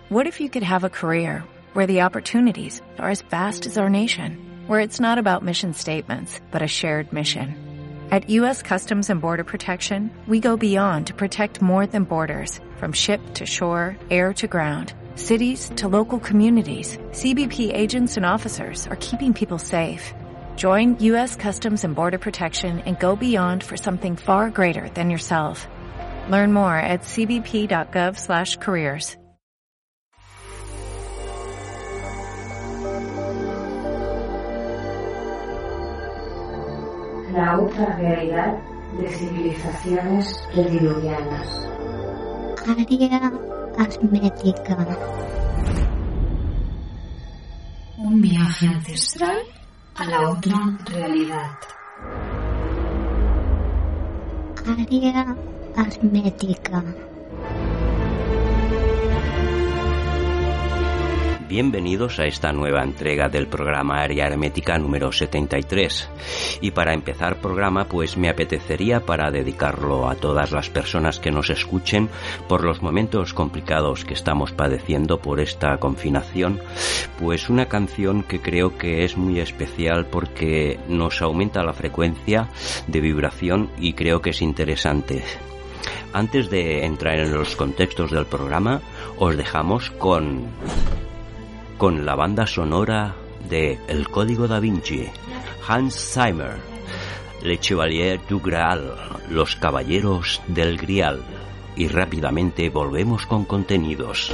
What if you could have a career where the opportunities are as vast as our nation, where it's not about mission statements, but a shared mission? At U.S. Customs and Border Protection, we go beyond to protect more than borders, from ship to shore, air to ground, cities to local communities. CBP agents and officers are keeping people safe. Join U.S. Customs and Border Protection and go beyond for something far greater than yourself. Learn more at cbp.gov/careers. La otra realidad de civilizaciones prediluvianas. Área hermética. Un viaje ancestral a la otra realidad. Área hermética. Bienvenidos a esta nueva entrega del programa Área Hermética número 73. Y para empezar programa, pues me apetecería, para dedicarlo a todas las personas que nos escuchen por los momentos complicados que estamos padeciendo por esta confinación, pues una canción que creo que es muy especial porque nos aumenta la frecuencia de vibración y creo que es interesante. Antes de entrar en los contextos del programa, os dejamos con la banda sonora de El Código da Vinci, Hans Zimmer, Le Chevalier du Graal, Los Caballeros del Grial. Y rápidamente volvemos con contenidos.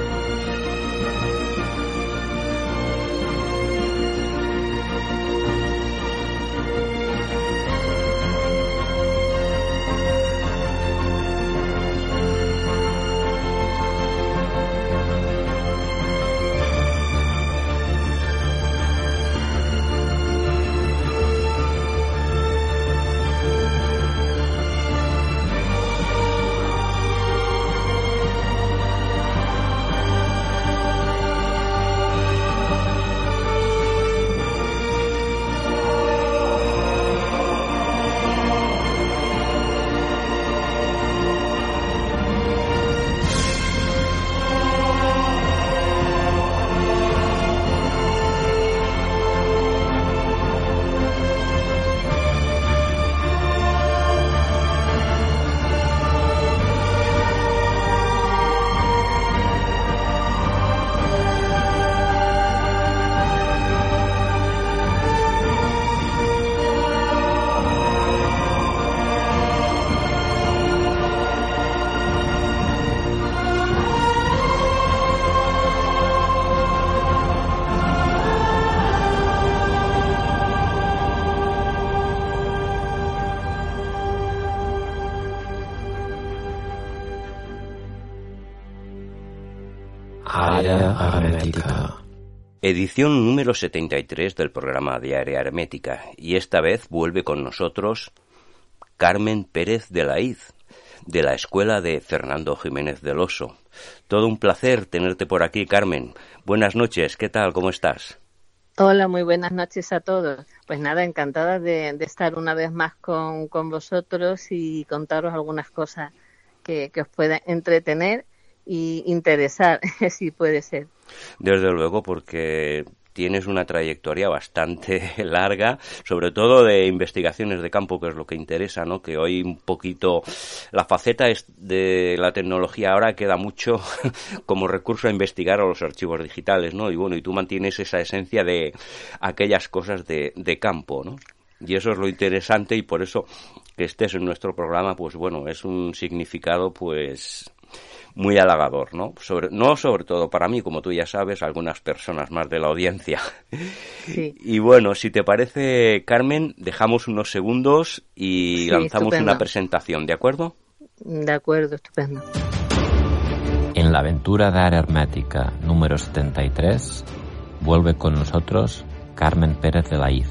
Edición número 73 del programa de Área Hermética, y esta vez vuelve con nosotros Carmen Pérez de la Iz, de la escuela de Fernando Jiménez del Oso. Todo un placer tenerte por aquí, Carmen. Buenas noches, ¿qué tal? ¿Cómo estás? Hola, muy buenas noches a todos. Pues nada, encantada de estar una vez más con vosotros y contaros algunas cosas que os puedan entretener y interesar, si puede ser. Desde luego, porque tienes una trayectoria bastante larga, sobre todo de investigaciones de campo, que es lo que interesa, ¿no? Que hoy un poquito la faceta de la tecnología ahora queda mucho como recurso a investigar a los archivos digitales, ¿no? Y bueno, y tú mantienes esa esencia de aquellas cosas de campo, ¿no? Y eso es lo interesante, y por eso que estés en nuestro programa, pues bueno, es un significado, pues muy halagador, ¿no? Sobre todo para mí, como tú ya sabes, algunas personas más de la audiencia. Sí. Y bueno, si te parece, Carmen, dejamos unos segundos y lanzamos estupendo. Una presentación, ¿de acuerdo? De acuerdo, estupendo. En la aventura de Área Hermética número 73, vuelve con nosotros Carmen Pérez de la Iz.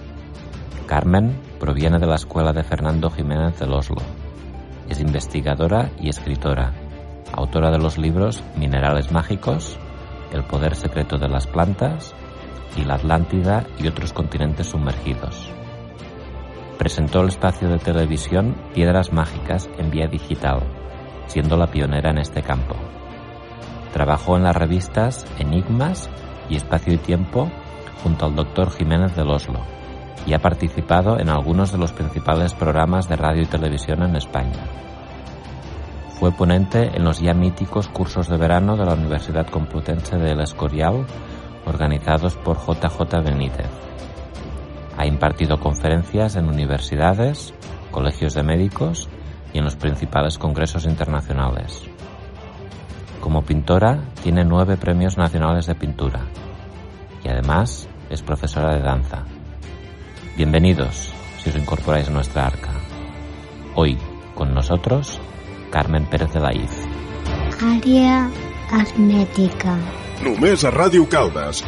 Carmen proviene de la escuela de Fernando Jiménez del Oslo. Es investigadora y escritora, autora de los libros Minerales Mágicos, El Poder Secreto de las Plantas y La Atlántida y otros continentes sumergidos. Presentó el espacio de televisión Piedras Mágicas en vía digital, siendo la pionera en este campo. Trabajó en las revistas Enigmas y Espacio y Tiempo junto al Dr. Jiménez del Oslo y ha participado en algunos de los principales programas de radio y televisión en España. Fue ponente en los ya míticos cursos de verano de la Universidad Complutense del Escorial, organizados por JJ Benítez. Ha impartido conferencias en universidades, colegios de médicos y en los principales congresos internacionales. Como pintora, tiene 9 premios nacionales de pintura y además es profesora de danza. Bienvenidos, si os incorporáis a nuestra arca. Hoy, con nosotros, Carmen Pérez de la Iz. Àrea hermètica. Només a Ràdio Caldes.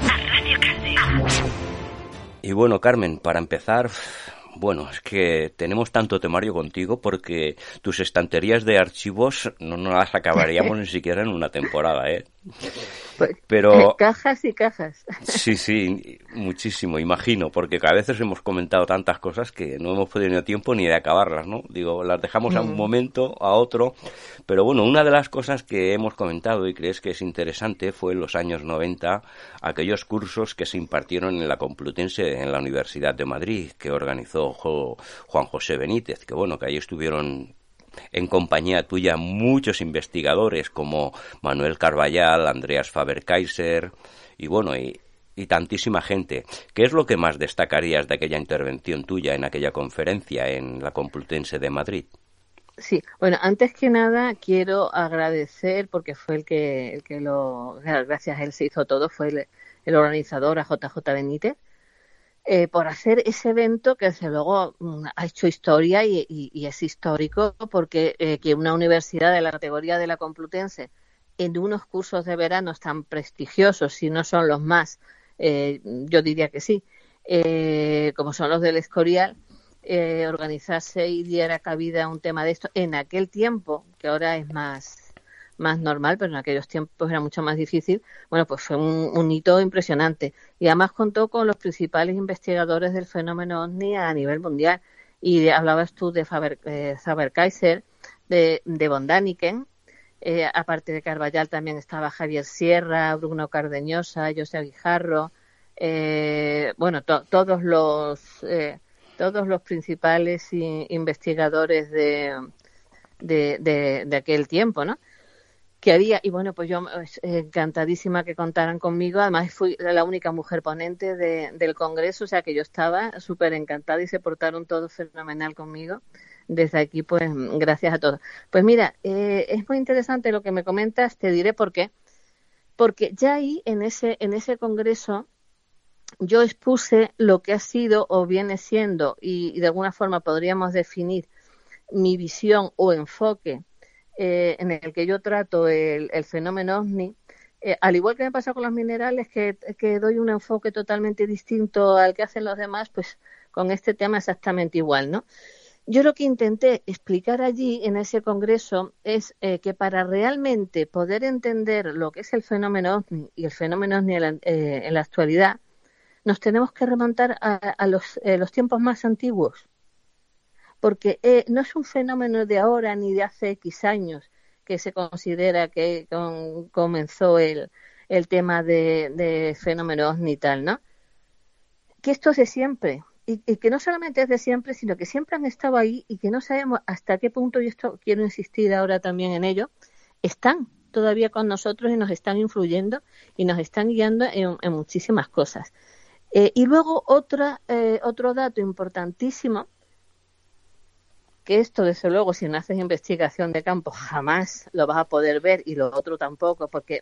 Y bueno, Carmen, para empezar, bueno, es que tenemos tanto temario contigo porque tus estanterías de archivos no las acabaríamos ni siquiera en una temporada, ¿eh? Pero cajas y cajas. Sí, muchísimo, imagino, porque a veces hemos comentado tantas cosas que no hemos podido tiempo ni de acabarlas, ¿no? Digo, las dejamos a un momento, a otro, pero bueno, una de las cosas que hemos comentado y crees que es interesante fue en los años 90 aquellos cursos que se impartieron en la Complutense, en la Universidad de Madrid, que organizó Juan José Benítez, que bueno, que ahí estuvieron en compañía tuya muchos investigadores como Manuel Carballal, Andreas Faber-Kaiser y bueno, y tantísima gente. ¿Qué es lo que más destacarías de aquella intervención tuya en aquella conferencia en la Complutense de Madrid? Sí, bueno, antes que nada quiero agradecer, porque fue el que gracias a él se hizo todo, fue el organizador, a JJ Benítez, por hacer ese evento que desde luego ha hecho historia y es histórico porque que una universidad de la categoría de la Complutense en unos cursos de verano tan prestigiosos, si no son los más, yo diría que sí, como son los del Escorial, organizase y diera cabida a un tema de esto en aquel tiempo, que ahora es más normal, pero en aquellos tiempos era mucho más difícil. Bueno, pues fue un hito impresionante y además contó con los principales investigadores del fenómeno OVNI a nivel mundial y hablabas tú de Faber-Kaiser, de von Däniken, aparte de Carballal también estaba Javier Sierra, Bruno Cardeñosa, José Guijarro, bueno, todos los principales investigadores de aquel tiempo, ¿no? Que había, y bueno, pues yo encantadísima que contaran conmigo, además fui la única mujer ponente del Congreso, o sea que yo estaba súper encantada y se portaron todos fenomenal conmigo. Desde aquí, pues, gracias a todos. Pues mira, es muy interesante lo que me comentas, te diré por qué. Porque ya ahí, en ese Congreso, yo expuse lo que ha sido o viene siendo, y de alguna forma podríamos definir mi visión o enfoque en el que yo trato el fenómeno OVNI, al igual que me pasa con los minerales, que doy un enfoque totalmente distinto al que hacen los demás, pues con este tema exactamente igual, ¿no? Yo lo que intenté explicar allí en ese congreso es que para realmente poder entender lo que es el fenómeno OVNI y el fenómeno OVNI en la actualidad, nos tenemos que remontar a los tiempos más antiguos. Porque no es un fenómeno de ahora ni de hace X años que se considera que comenzó el tema de fenómeno OVNI y tal, ¿no? Que esto es de siempre y que no solamente es de siempre, sino que siempre han estado ahí y que no sabemos hasta qué punto, y esto quiero insistir ahora también en ello, están todavía con nosotros y nos están influyendo y nos están guiando en muchísimas cosas. Y luego otro dato importantísimo, que esto, desde luego, si no haces investigación de campo, jamás lo vas a poder ver, y lo otro tampoco, porque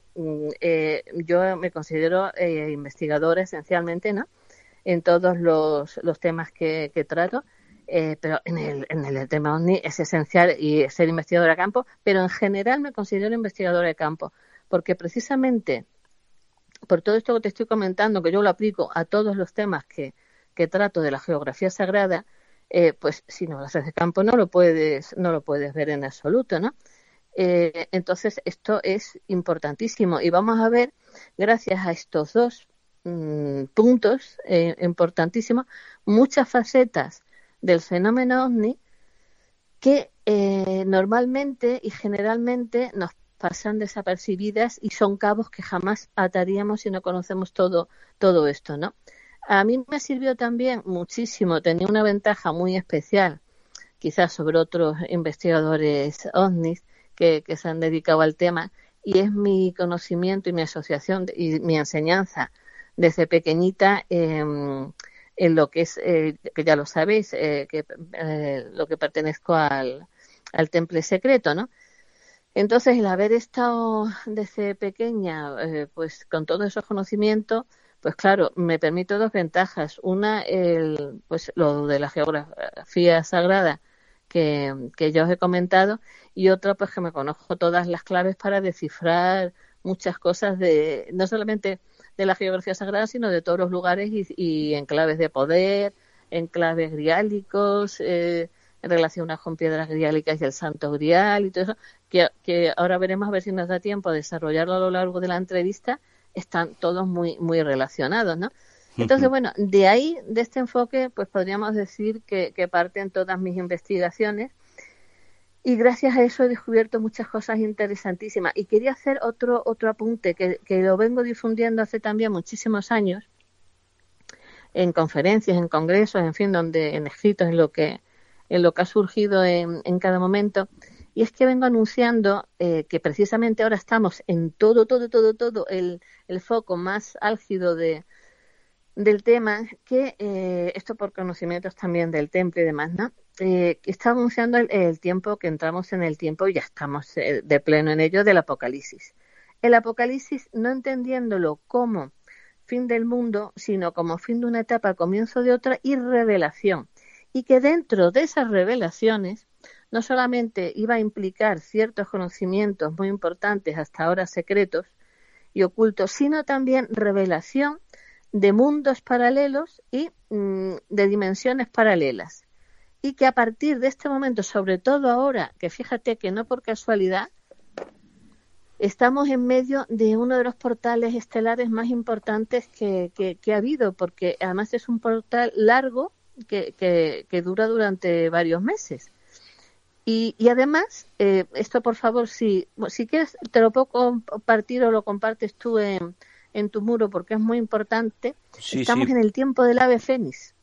yo me considero investigadora esencialmente, ¿no?, en todos los temas que trato, pero en el tema OVNI es esencial y ser investigadora de campo, pero en general me considero investigadora de campo, porque precisamente por todo esto que te estoy comentando, que yo lo aplico a todos los temas que trato de la geografía sagrada, pues si no lo haces de campo no lo puedes ver en absoluto, ¿no? Entonces esto es importantísimo y vamos a ver, gracias a estos dos puntos importantísimos, muchas facetas del fenómeno OVNI que normalmente y generalmente nos pasan desapercibidas y son cabos que jamás ataríamos si no conocemos todo esto, ¿no? A mí me sirvió también muchísimo, tenía una ventaja muy especial, quizás sobre otros investigadores ovnis que se han dedicado al tema, y es mi conocimiento y mi asociación y mi enseñanza desde pequeñita en lo que es, que ya lo sabéis, lo que pertenezco al Temple Secreto, ¿no? Entonces, el haber estado desde pequeña pues con todos esos conocimientos, pues claro, me permite dos ventajas. Una, pues lo de la geografía sagrada que ya os he comentado, y otra, pues que me conozco todas las claves para descifrar muchas cosas no solamente de la geografía sagrada, sino de todos los lugares y enclaves de poder, enclaves griálicos, relacionadas con piedras griálicas y el Santo Grial y todo eso, que ahora veremos a ver si nos da tiempo a desarrollarlo a lo largo de la entrevista. Están todos muy, muy relacionados, ¿no? Entonces, bueno, de ahí, de este enfoque, pues podríamos decir que parten todas mis investigaciones, y gracias a eso he descubierto muchas cosas interesantísimas. Y quería hacer otro apunte que lo vengo difundiendo hace también muchísimos años, en conferencias, en congresos, en fin, en escritos, en lo que ha surgido en cada momento. Y es que vengo anunciando que precisamente ahora estamos en todo el foco más álgido del tema, que esto por conocimientos también del Temple y demás, ¿no? Está anunciando el tiempo, que entramos en el tiempo y ya estamos de pleno en ello, del Apocalipsis. El Apocalipsis, no entendiéndolo como fin del mundo, sino como fin de una etapa, comienzo de otra, y revelación. Y que dentro de esas revelaciones no solamente iba a implicar ciertos conocimientos muy importantes, hasta ahora secretos y ocultos, sino también revelación de mundos paralelos y de dimensiones paralelas. Y que a partir de este momento, sobre todo ahora, que fíjate que no por casualidad, estamos en medio de uno de los portales estelares más importantes que ha habido, porque además es un portal largo que dura durante varios meses. Y además, esto por favor, si quieres, te lo puedo compartir o lo compartes tú en tu muro, porque es muy importante. Sí, estamos en el tiempo del ave fénix.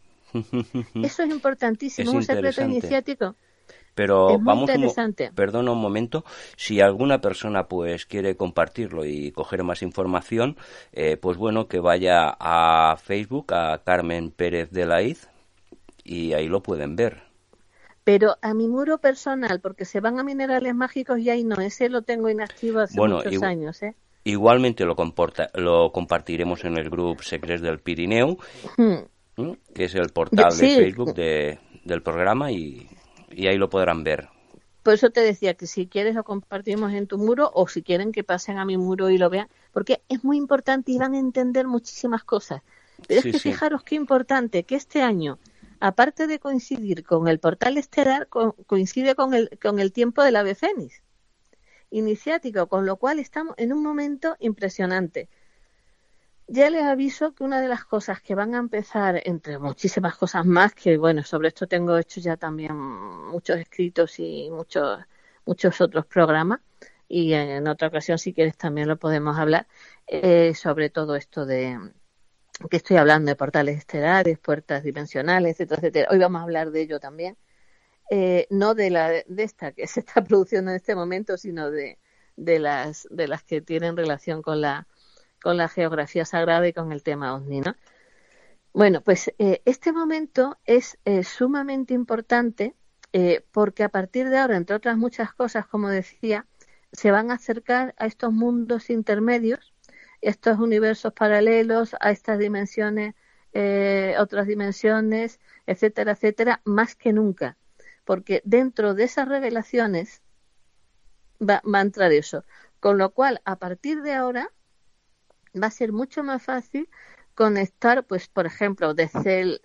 Eso es importantísimo, es un secreto iniciático. Pero es muy interesante. Perdona un momento, si alguna persona pues quiere compartirlo y coger más información, pues bueno, que vaya a Facebook, a Carmen Pérez de la Iz, y ahí lo pueden ver. Pero a mi muro personal, porque se van a Minerales Mágicos y ahí no, ese lo tengo inactivo hace muchos años, ¿eh? Igualmente lo compartiremos en el grupo Secrets del Pirineu, que es el portal de Facebook del programa, y ahí lo podrán ver. Por eso te decía que si quieres lo compartimos en tu muro, o si quieren que pasen a mi muro y lo vean, porque es muy importante y van a entender muchísimas cosas. Pero es que fijaros qué importante que este año, aparte de coincidir con el portal estelar, coincide con el tiempo del ave fénix iniciático, con lo cual estamos en un momento impresionante. Ya les aviso que una de las cosas que van a empezar, entre muchísimas cosas más, que bueno, sobre esto tengo hecho ya también muchos escritos y muchos otros programas, y en otra ocasión, si quieres, también lo podemos hablar, sobre todo esto de que estoy hablando de portales estelares, puertas dimensionales, etcétera, etcétera. Hoy vamos a hablar de ello también. No de esta que se está produciendo en este momento, sino de las que tienen relación con la geografía sagrada y con el tema ovni, ¿no? Bueno, pues este momento es sumamente importante porque a partir de ahora, entre otras muchas cosas, como decía, se van a acercar a estos mundos intermedios, estos universos paralelos, a estas dimensiones, otras dimensiones, etcétera, etcétera, más que nunca. Porque dentro de esas revelaciones va a entrar eso. Con lo cual, a partir de ahora, va a ser mucho más fácil conectar, pues, por ejemplo, desde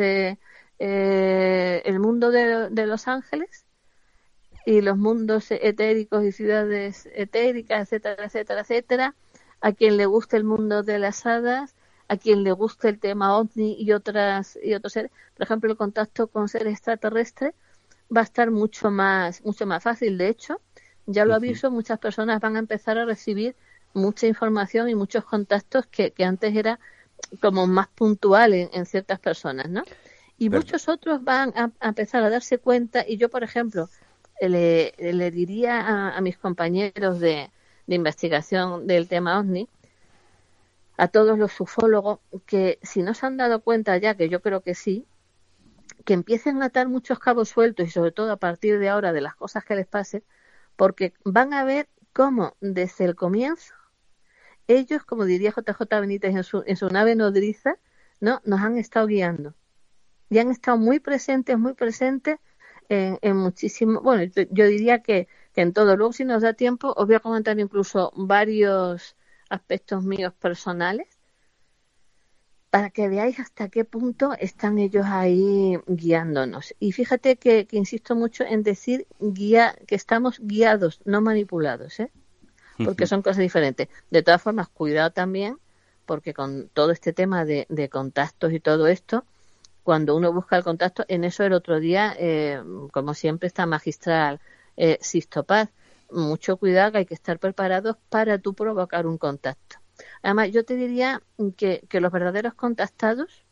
el mundo de los ángeles y los mundos etéricos y ciudades etéricas, etcétera, etcétera, etcétera, a quien le guste el mundo de las hadas, a quien le guste el tema ovni y otros seres. Por ejemplo, el contacto con seres extraterrestres va a estar mucho más fácil. De hecho, ya lo aviso, muchas personas van a empezar a recibir mucha información y muchos contactos que antes era como más puntual en ciertas personas, ¿no? Y muchos otros van a empezar a darse cuenta, y yo, por ejemplo, le diría a mis compañeros de investigación del tema OVNI, a todos los ufólogos, que si no se han dado cuenta ya, que yo creo que sí, que empiecen a atar muchos cabos sueltos, y sobre todo a partir de ahora de las cosas que les pasen, porque van a ver cómo desde el comienzo ellos, como diría JJ Benítez en su nave nodriza, ¿no?, nos han estado guiando y han estado muy presentes en muchísimo, bueno, yo diría que en todo. Luego, si nos da tiempo, os voy a comentar incluso varios aspectos míos personales para que veáis hasta qué punto están ellos ahí guiándonos. Y fíjate que insisto mucho en decir que estamos guiados, no manipulados, porque son cosas diferentes. De todas formas, cuidado también, porque con todo este tema de contactos y todo esto, cuando uno busca el contacto, en eso el otro día, como siempre, está magistral Sixto Paz. Mucho cuidado, que hay que estar preparados para tú provocar un contacto. Además, yo te diría que los verdaderos contactados,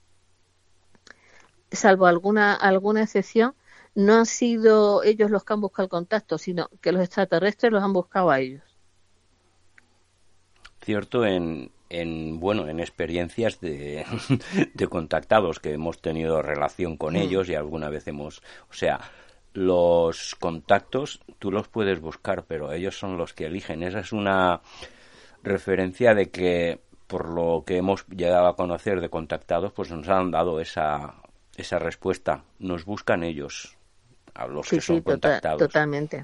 salvo alguna excepción, no han sido ellos los que han buscado el contacto, sino que los extraterrestres los han buscado a ellos. Cierto, en experiencias de contactados que hemos tenido relación con ellos, y alguna vez los contactos tú los puedes buscar, pero ellos son los que eligen. Esa es una referencia de que, por lo que hemos llegado a conocer de contactados, pues nos han dado esa respuesta. Nos buscan ellos, a los que son contactados. Totalmente.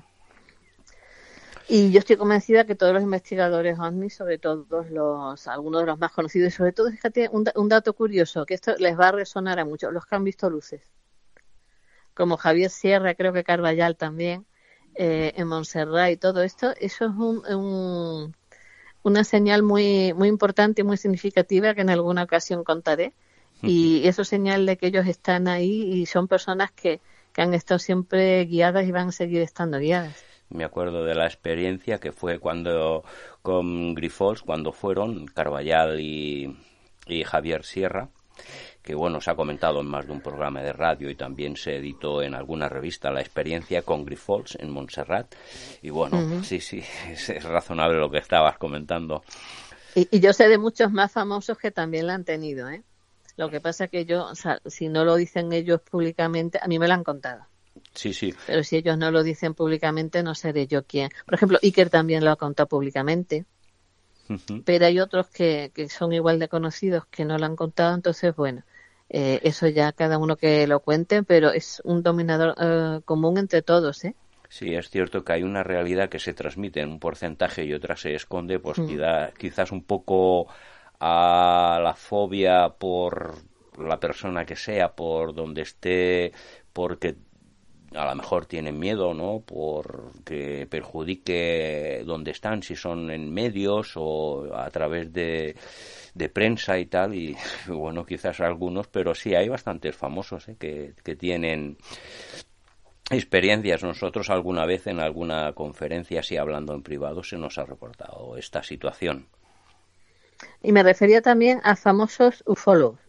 Y yo estoy convencida que todos los investigadores OVNI, sobre todo algunos de los más conocidos, y sobre todo, fíjate, un dato curioso, que esto les va a resonar a muchos, los que han visto luces, como Javier Sierra, creo que Carballal también, en Montserrat y todo esto, eso es una señal muy, muy importante y muy significativa que en alguna ocasión contaré, y eso es señal de que ellos están ahí y son personas que han estado siempre guiadas y van a seguir estando guiadas. Me acuerdo de la experiencia que fue cuando con Grifols, cuando fueron Carballal y Javier Sierra, que bueno, se ha comentado en más de un programa de radio y también se editó en alguna revista la experiencia con Grifols en Montserrat. Y bueno, sí, es razonable lo que estabas comentando. Y yo sé de muchos más famosos que también la han tenido, ¿eh? Lo que pasa es que yo, si no lo dicen ellos públicamente, a mí me lo han contado. Sí. Pero si ellos no lo dicen públicamente, no seré yo quien. Por ejemplo, Iker también lo ha contado públicamente. Pero hay otros que son igual de conocidos que no lo han contado, entonces, bueno, eso ya cada uno que lo cuente, pero es un dominador común entre todos, ¿eh? Sí, es cierto que hay una realidad que se transmite en un porcentaje y otra se esconde, pues quizás un poco a la fobia por la persona que sea, por donde esté, porque a lo mejor tienen miedo, ¿no?, por que perjudique donde están, si son en medios o a través de prensa y tal, y bueno, quizás algunos, pero sí hay bastantes famosos que tienen experiencias. Nosotros alguna vez en alguna conferencia, así hablando en privado, se nos ha reportado esta situación. Y me refería también a famosos ufólogos.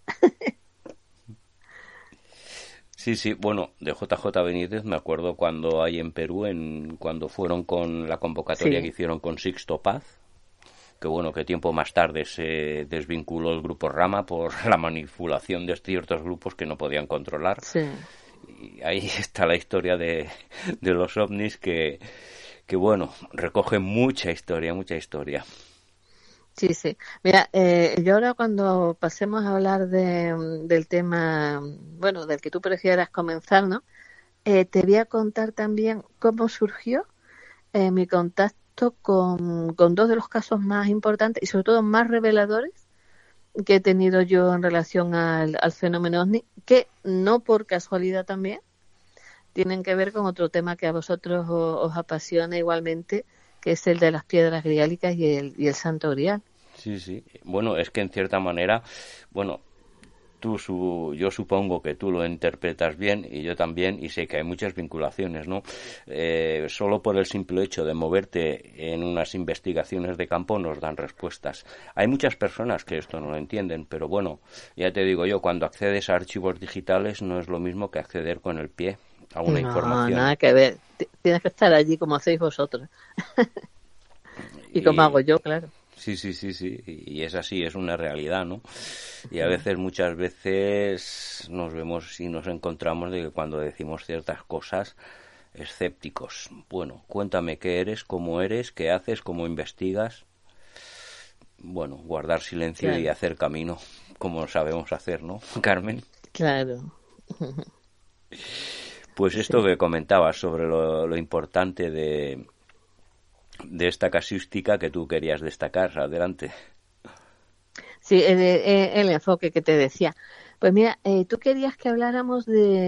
Sí, bueno, de JJ Benítez me acuerdo cuando hay en Perú, cuando fueron con la convocatoria que hicieron con Sixto Paz, que bueno, que tiempo más tarde se desvinculó el grupo Rama por la manipulación de ciertos grupos que no podían controlar. Sí. Y ahí está la historia de los ovnis que bueno, recoge mucha historia. Sí. Mira, yo ahora cuando pasemos a hablar del tema, bueno, del que tú prefieras comenzar, ¿no? Te voy a contar también cómo surgió mi contacto con dos de los casos más importantes y sobre todo más reveladores que he tenido yo en relación al fenómeno OVNI, que no por casualidad también tienen que ver con otro tema que a vosotros os apasiona igualmente, que es el de las piedras griálicas y el Santo Grial. Sí. Bueno, es que en cierta manera, bueno, yo supongo que tú lo interpretas bien y yo también, y sé que hay muchas vinculaciones, ¿no? Solo por el simple hecho de moverte en unas investigaciones de campo nos dan respuestas. Hay muchas personas que esto no lo entienden, pero bueno, ya te digo yo, cuando accedes a archivos digitales no es lo mismo que acceder con el pie a una información. No, nada que ver. Tienes que estar allí como hacéis vosotros. y como hago yo, claro. Sí, y es así, es una realidad, ¿no? Y a veces, muchas veces nos vemos y nos encontramos de que cuando decimos ciertas cosas, escépticos. Bueno, cuéntame qué eres, qué haces, cómo investigas. Bueno, guardar silencio y hacer camino, como sabemos hacer, ¿no, Carmen? Claro. Pues esto que comentabas sobre lo importante de esta casuística que tú querías destacar. Adelante. Sí, el enfoque que te decía. Pues mira, tú querías que habláramos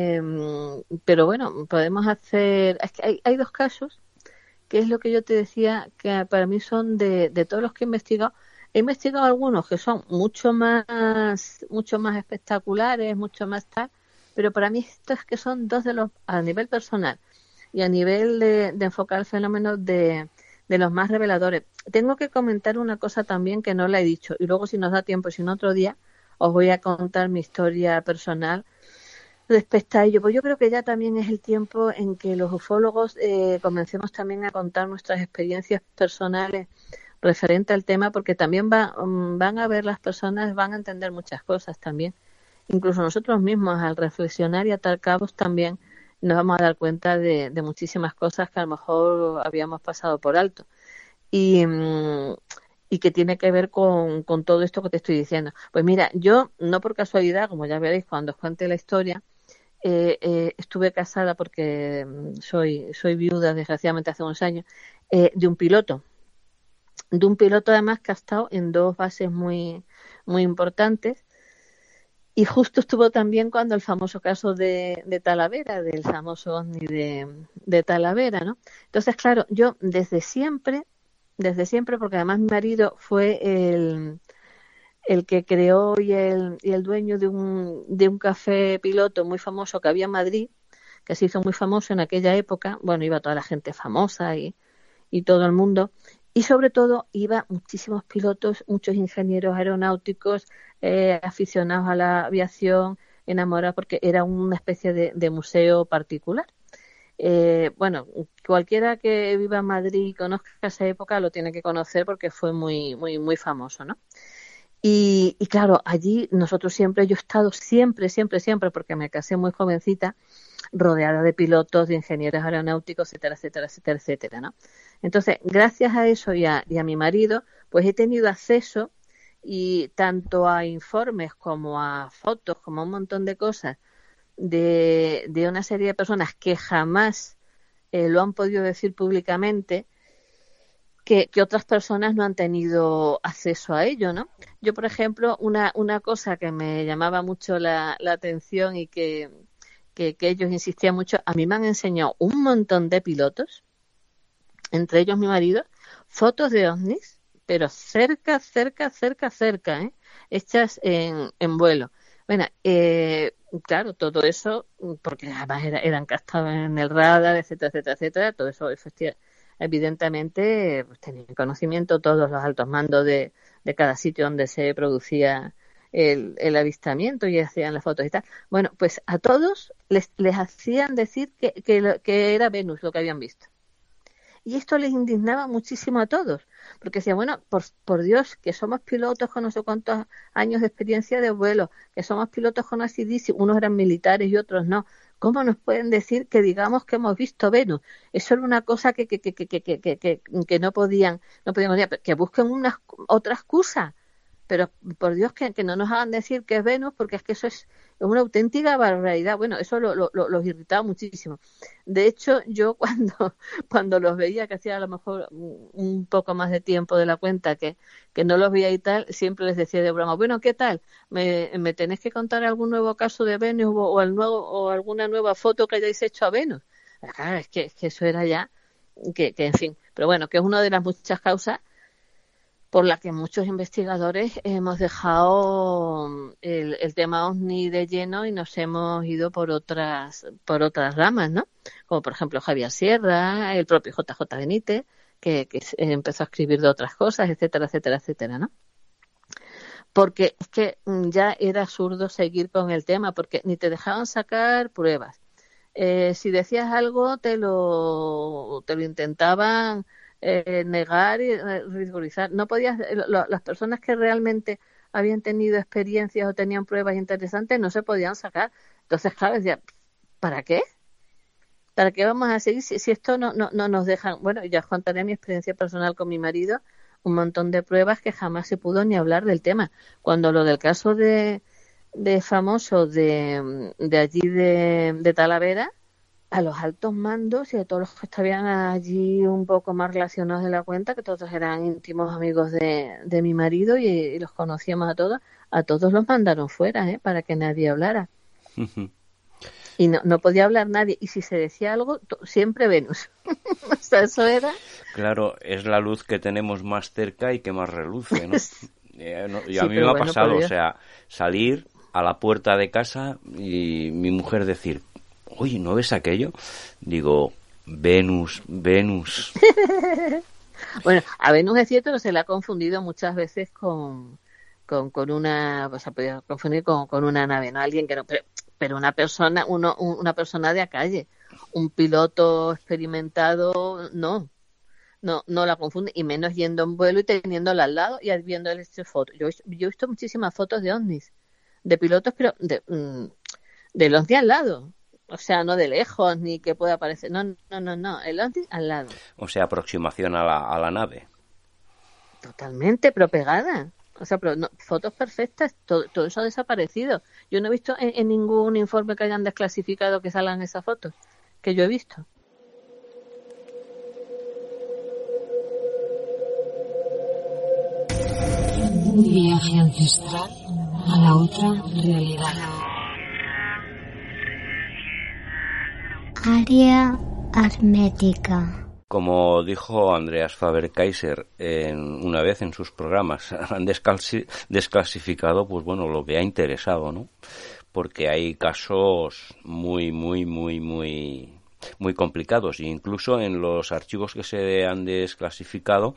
pero bueno, podemos hacer... Es que hay dos casos, que es lo que yo te decía, que para mí son de todos los que he investigado. He investigado algunos que son mucho más espectaculares, mucho más tal, pero para mí estos que son dos de los, a nivel personal y a nivel de enfocar el fenómeno de los más reveladores. Tengo que comentar una cosa también que no la he dicho, y luego si nos da tiempo, si no otro día, os voy a contar mi historia personal respecto a ello. Pues yo creo que ya también es el tiempo en que los ufólogos comencemos también a contar nuestras experiencias personales referente al tema, porque también van a ver las personas, van a entender muchas cosas también. Incluso nosotros mismos, al reflexionar y atar cabos, también nos vamos a dar cuenta de muchísimas cosas que a lo mejor habíamos pasado por alto. Y que tiene que ver con todo esto que te estoy diciendo. Pues mira, yo, no por casualidad, como ya veréis cuando os cuente la historia, estuve casada porque soy viuda, desgraciadamente, hace unos años, de un piloto además que ha estado en dos bases muy, muy importantes. Y justo estuvo también cuando el famoso caso de Talavera, del famoso ovni de Talavera, ¿no? Entonces, claro, yo desde siempre, porque además mi marido fue el que creó y el dueño de un café piloto muy famoso que había en Madrid, que se hizo muy famoso en aquella época. Bueno, iba toda la gente famosa y todo el mundo. Y sobre todo iba muchísimos pilotos, muchos ingenieros aeronáuticos, aficionados a la aviación, enamorados, porque era una especie de museo particular. Bueno, cualquiera que viva en Madrid y conozca esa época lo tiene que conocer porque fue muy, muy, muy famoso, ¿no? Y claro, allí nosotros yo he estado siempre, porque me casé muy jovencita, rodeada de pilotos, de ingenieros aeronáuticos, etcétera, ¿no? Entonces, gracias a eso y a mi marido, pues he tenido acceso y tanto a informes como a fotos, como a un montón de cosas de una serie de personas que jamás lo han podido decir públicamente, que otras personas no han tenido acceso a ello, ¿no? Yo, por ejemplo, una cosa que me llamaba mucho la atención y que ellos insistían mucho, a mí me han enseñado un montón de pilotos, entre ellos mi marido, fotos de ovnis, pero cerca, hechas en vuelo. Bueno, claro, todo eso, porque además eran captados en el radar, etcétera, todo eso evidentemente pues, tenían conocimiento todos los altos mandos de cada sitio donde se producía el avistamiento y hacían las fotos y tal. Bueno, pues a todos les hacían decir que era Venus lo que habían visto. Y esto les indignaba muchísimo a todos, porque decían, bueno, por Dios, que somos pilotos con no sé cuántos años de experiencia de vuelo, que somos pilotos con AC/DC, unos eran militares y otros no. ¿Cómo nos pueden decir que digamos que hemos visto Venus? Eso era una cosa que no podían que busquen otra excusa. Pero, por Dios, que no nos hagan decir que es Venus, porque es que eso es una auténtica barbaridad. Bueno, eso los irritaba muchísimo. De hecho, yo cuando los veía, que hacía a lo mejor un poco más de tiempo de la cuenta, que no los veía y tal, siempre les decía de broma, bueno, ¿qué tal? ¿Me tenéis que contar algún nuevo caso de Venus o alguna nueva foto que hayáis hecho a Venus? Claro, es que eso era ya, que en fin. Pero bueno, que es una de las muchas causas por la que muchos investigadores hemos dejado el tema OVNI de lleno y nos hemos ido por otras ramas, ¿no? Como por ejemplo Javier Sierra, el propio JJ Benítez, que empezó a escribir de otras cosas, etcétera, etcétera, etcétera, ¿no? Porque es que ya era absurdo seguir con el tema, porque ni te dejaban sacar pruebas. Si decías algo, te lo intentaban negar y ridiculizar. No podías, las personas que realmente habían tenido experiencias o tenían pruebas interesantes no se podían sacar. Entonces, claro, decía, ¿para qué? ¿Para qué vamos a seguir si esto no nos dejan? Bueno, ya os contaré mi experiencia personal con mi marido, un montón de pruebas que jamás se pudo ni hablar del tema. Cuando lo del caso de famoso de allí de Talavera, a los altos mandos y a todos los que estaban allí un poco más relacionados de la cuenta, que todos eran íntimos amigos de mi marido y los conocíamos a todos los mandaron fuera, para que nadie hablara. Y no podía hablar nadie. Y si se decía algo, siempre Venus. O sea, eso era... Claro, es la luz que tenemos más cerca y que más reluce, ¿no? Y a mí me ha pasado, o sea, salir a la puerta de casa y mi mujer decir, oye, ¿no ves aquello? Digo, Venus. Bueno, a Venus es cierto que se le ha confundido muchas veces con una... O sea, podía confundir con una nave, ¿no? Alguien que no... Pero una persona de a calle, un piloto experimentado, no la confunde, y menos yendo en vuelo y teniéndola al lado y viendo fotos. Yo he visto muchísimas fotos de ovnis, de pilotos, pero del ovni al lado. O sea, no de lejos, ni que pueda aparecer. No, el ovni al lado. O sea, aproximación a la nave. Totalmente, pero pegada. O sea, pero fotos perfectas, todo eso ha desaparecido. Yo no he visto en ningún informe que hayan desclasificado que salgan esas fotos, que yo he visto. Un viaje ancestral a la otra realidad. Área hermética. Como dijo Andreas Faber-Kaiser una vez en sus programas, han desclasificado, pues bueno, lo que ha interesado, ¿no? Porque hay casos muy complicados, e incluso en los archivos que se han desclasificado,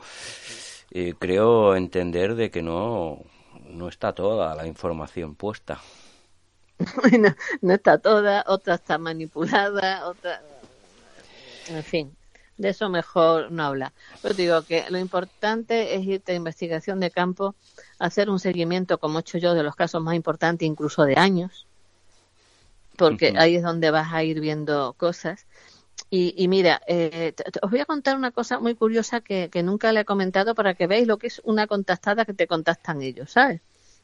creo entender de que no está toda la información puesta. Bueno, no está toda, otra está manipulada, otra... En fin, de eso mejor no habla. Pero digo que lo importante es irte a investigación de campo, hacer un seguimiento, como he hecho yo, de los casos más importantes, incluso de años, porque ahí es donde vas a ir viendo cosas. Y mira, os voy a contar una cosa muy curiosa que nunca le he comentado para que veáis lo que es una contactada que te contactan ellos, ¿sabes?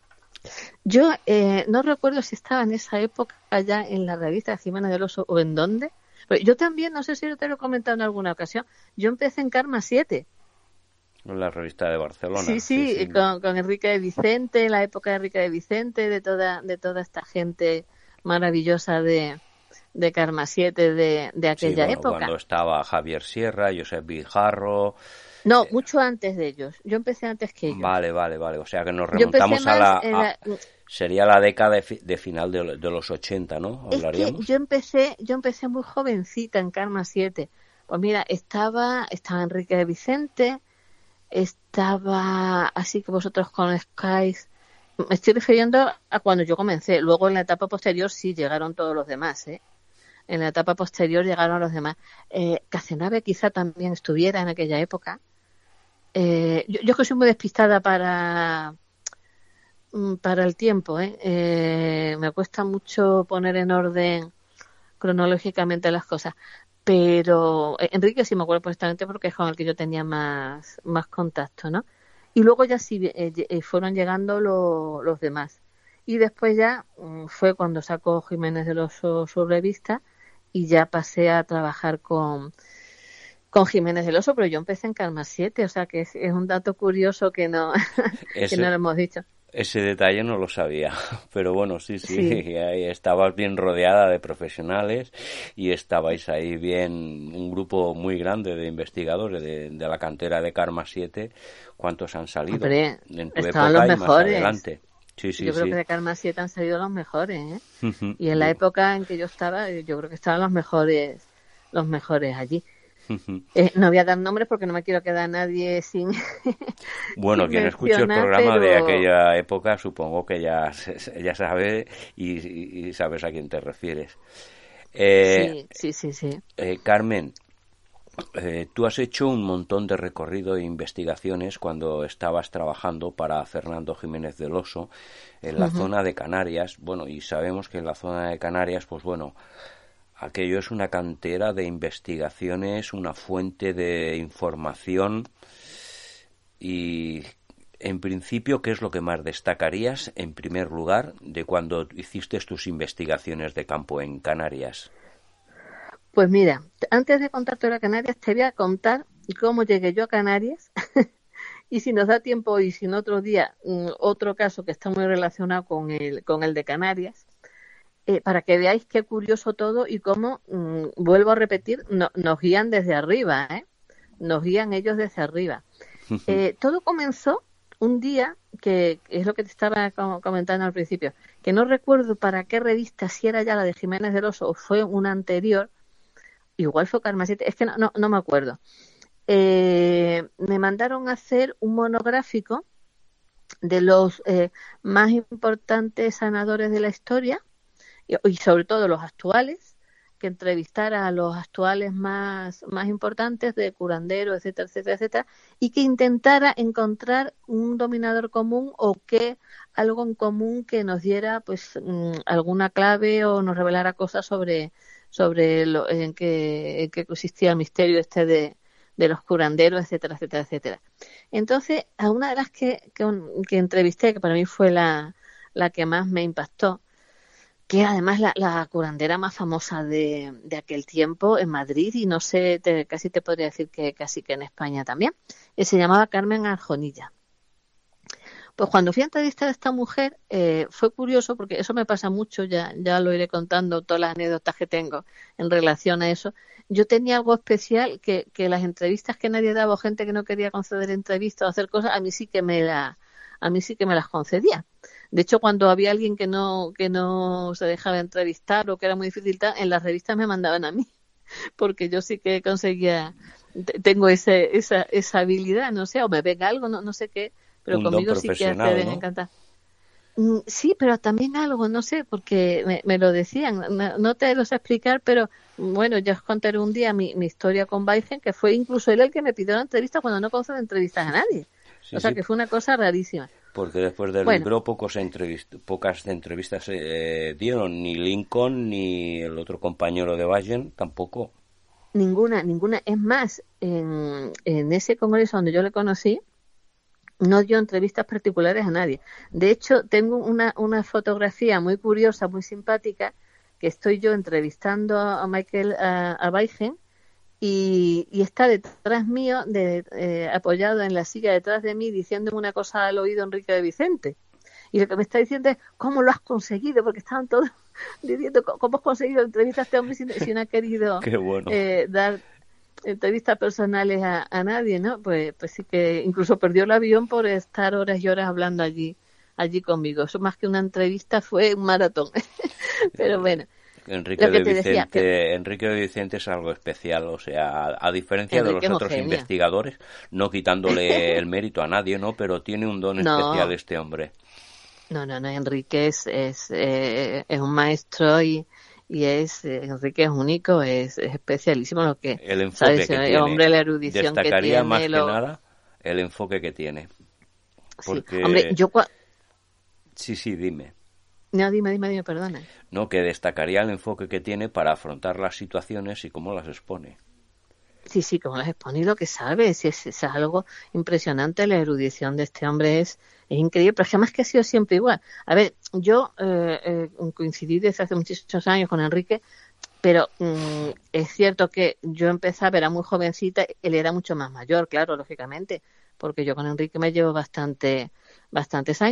Yo no recuerdo si estaba en esa época ya en la revista Jiménez del Oso o en dónde, pero yo también, no sé si yo te lo he comentado en alguna ocasión, yo empecé en Karma 7. En la revista de Barcelona. Sí. Con Enrique de Vicente, la época de Enrique de Vicente, de toda esta gente maravillosa de Karma 7 de aquella época. Cuando estaba Javier Sierra, Josep Guijarro... No, mucho antes de ellos. Yo empecé antes que ellos. Vale. O sea que nos remontamos sería la década de final de los 80, ¿no? ¿Hablaríamos? Es que yo empecé muy jovencita en Karma 7. Pues mira, estaba Enrique de Vicente, estaba así que vosotros conozcáis. Me estoy refiriendo a cuando yo comencé. Luego en la etapa posterior sí llegaron todos los demás, ¿eh? En la etapa posterior llegaron los demás. Casenave quizá también estuviera en aquella época. Yo que soy muy despistada para el tiempo, me cuesta mucho poner en orden cronológicamente las cosas, pero Enrique sí me acuerdo perfectamente porque es con el que yo tenía más contacto, ¿no? Y luego ya sí fueron llegando los demás, y después ya fue cuando sacó Jiménez del Oso su revista y ya pasé a trabajar con Jiménez del Oso, pero yo empecé en Karma 7, o sea que es un dato curioso que no lo hemos dicho. Ese detalle no lo sabía, pero bueno, sí, ahí estabas bien rodeada de profesionales y estabais ahí bien, un grupo muy grande de investigadores de la cantera de Karma 7. ¿Cuántos han salido? Hombre, en tu estaban época los y más mejores. adelante? Sí, Yo creo que de Karma 7 han salido los mejores, ¿eh? Y en la época en que yo estaba, yo creo que estaban los mejores allí. No voy a dar nombres porque no me quiero quedar nadie sin. Bueno, sin quien escuche el programa pero... de aquella época supongo que ya sabe y sabes a quién te refieres. Sí. Carmen, tú has hecho un montón de recorrido e investigaciones cuando estabas trabajando para Fernando Jiménez del Oso en la zona de Canarias. Bueno, y sabemos que en la zona de Canarias, pues bueno, aquello es una cantera de investigaciones, una fuente de información. Y en principio, ¿qué es lo que más destacarías en primer lugar de cuando hiciste tus investigaciones de campo en Canarias? Pues mira, antes de contarte de Canarias, te voy a contar cómo llegué yo a Canarias y si nos da tiempo y si en otro día, otro caso que está muy relacionado con el de Canarias, para que veáis qué curioso todo y cómo, vuelvo a repetir, nos guían desde arriba, nos guían ellos desde arriba. Todo comenzó un día, que es lo que te estaba comentando al principio, que no recuerdo para qué revista, si era ya la de Jiménez del Oso o fue una anterior, igual fue Karma 7, es que no me acuerdo. Me mandaron a hacer un monográfico de los más importantes sanadores de la historia y sobre todo los actuales, que entrevistara a los actuales más importantes de curandero, etcétera, etcétera, etcétera, y que intentara encontrar un dominador común o que algo en común que nos diera pues alguna clave o nos revelara cosas sobre en qué consistía el misterio de los curanderos, etcétera, etcétera, etcétera. Entonces, a una de las que entrevisté, que para mí fue la que más me impactó, que además la curandera más famosa de aquel tiempo en Madrid, y no sé, casi te podría decir que casi que en España también, se llamaba Carmen Arjonilla. Pues cuando fui a entrevistar a esta mujer, fue curioso, porque eso me pasa mucho, ya lo iré contando, todas las anécdotas que tengo en relación a eso. Yo tenía algo especial, que las entrevistas que nadie daba, o gente que no quería conceder entrevistas o hacer cosas, a mí sí que me las concedía. De hecho, cuando había alguien que no se dejaba entrevistar o que era muy difícil, en las revistas me mandaban a mí, porque yo sí que conseguía, tengo esa habilidad, no sé, o me venga algo, no sé qué, pero un conmigo sí que me encanta. Sí, pero también algo, no sé, porque me lo decían, no te lo sé explicar, pero bueno, ya os contaré un día mi historia con Weigen, que fue incluso él el que me pidió la entrevista cuando no concede entrevistas a nadie. Sí, o sea, que fue una cosa rarísima. Porque después del libro pocas entrevistas dieron, ni Lincoln ni el otro compañero de Weigen tampoco. Ninguna. Es más, en ese congreso donde yo le conocí, no dio entrevistas particulares a nadie. De hecho, tengo una fotografía muy curiosa, muy simpática, que estoy yo entrevistando a Michael, a Weigen, y está detrás mío, apoyado en la silla detrás de mí, diciéndome una cosa al oído Enrique de Vicente. Y lo que me está diciendo es, ¿cómo lo has conseguido? Porque estaban todos diciendo, ¿cómo has conseguido entrevistas a este hombre si no ha querido dar entrevistas personales a nadie, ¿no? Pues sí que incluso perdió el avión por estar horas y horas hablando allí conmigo. Eso más que una entrevista fue un maratón. Pero bueno. Enrique de Vicente es algo especial, o sea, a diferencia Enrique de los otros investigadores, no quitándole el mérito a nadie, ¿no? Pero tiene un don especial este hombre. No, Enrique es un maestro y Enrique es único, es especialísimo lo que el enfoque que tiene. Hombre, la erudición destacaría que tiene, más que nada el enfoque que tiene. Porque... Sí. Hombre, Sí, dime. No, dime, perdona. No, que destacaría el enfoque que tiene para afrontar las situaciones y cómo las expone. Sí, cómo las expone y lo que sabe. Es algo impresionante. La erudición de este hombre es increíble, pero además que ha sido siempre igual. A ver, yo coincidí desde hace muchísimos años con Enrique, pero es cierto que yo empezaba, era muy jovencita, él era mucho más mayor, claro, lógicamente, porque yo con Enrique me llevo bastantes años.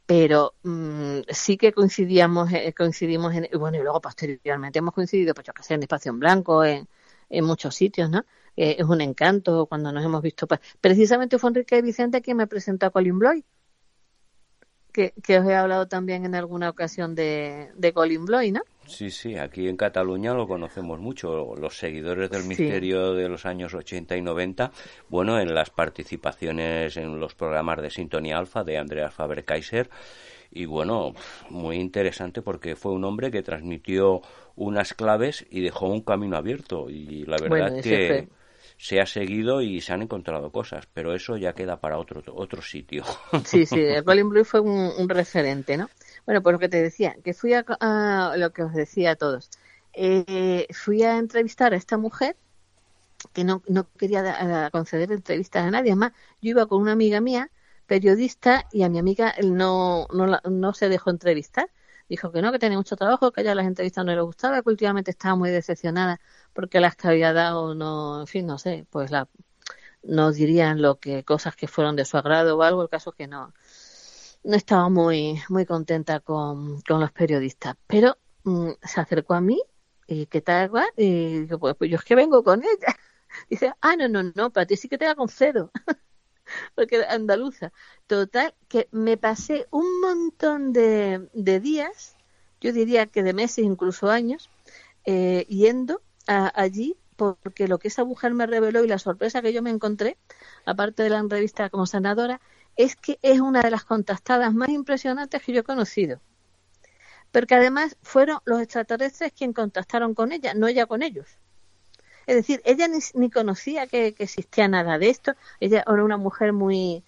pero sí que coincidimos en, y bueno, y luego posteriormente hemos coincidido, pues yo que sé, en Espacio en Blanco, en muchos sitios, ¿no? Es un encanto cuando nos hemos visto. Pues, precisamente fue Enrique Vicente quien me presentó a Colin Bloy, que os he hablado también en alguna ocasión de Colin Bloy, ¿no? Sí, aquí en Cataluña lo conocemos mucho, los seguidores del Sí. misterio de los años 80 y 90, bueno, en las participaciones en los programas de Sintonía Alfa de Andreas Faber-Kaiser, y bueno, muy interesante porque fue un hombre que transmitió unas claves y dejó un camino abierto, y la verdad Bueno, que se ha seguido y se han encontrado cosas, pero eso ya queda para otro sitio. Sí, Colin Bloy fue un referente, ¿no? Bueno, pues lo que te decía, que fui a lo que os decía a todos. Fui a entrevistar a esta mujer que no quería conceder entrevistas a nadie. Además, yo iba con una amiga mía, periodista, y a mi amiga no se dejó entrevistar. Dijo que no, que tenía mucho trabajo, que a ella las entrevistas no le gustaba, que últimamente estaba muy decepcionada porque las que había dado no, en fin, no sé, pues no dirían cosas que fueron de su agrado o algo. El caso es que no estaba muy contenta con los periodistas, pero se acercó a mí y ¿qué tal? Y digo, pues yo es que vengo con ella. Dice, no, para ti sí que te la concedo, porque era andaluza. Total, que me pasé un montón de días, yo diría que de meses, incluso años, yendo allí, porque lo que esa mujer me reveló y la sorpresa que yo me encontré, aparte de la entrevista como sanadora, es que es una de las contactadas más impresionantes que yo he conocido. Porque además fueron los extraterrestres quienes contactaron con ella, no ella con ellos. Es decir, ella ni conocía que existía nada de esto. Ella era una mujer muy...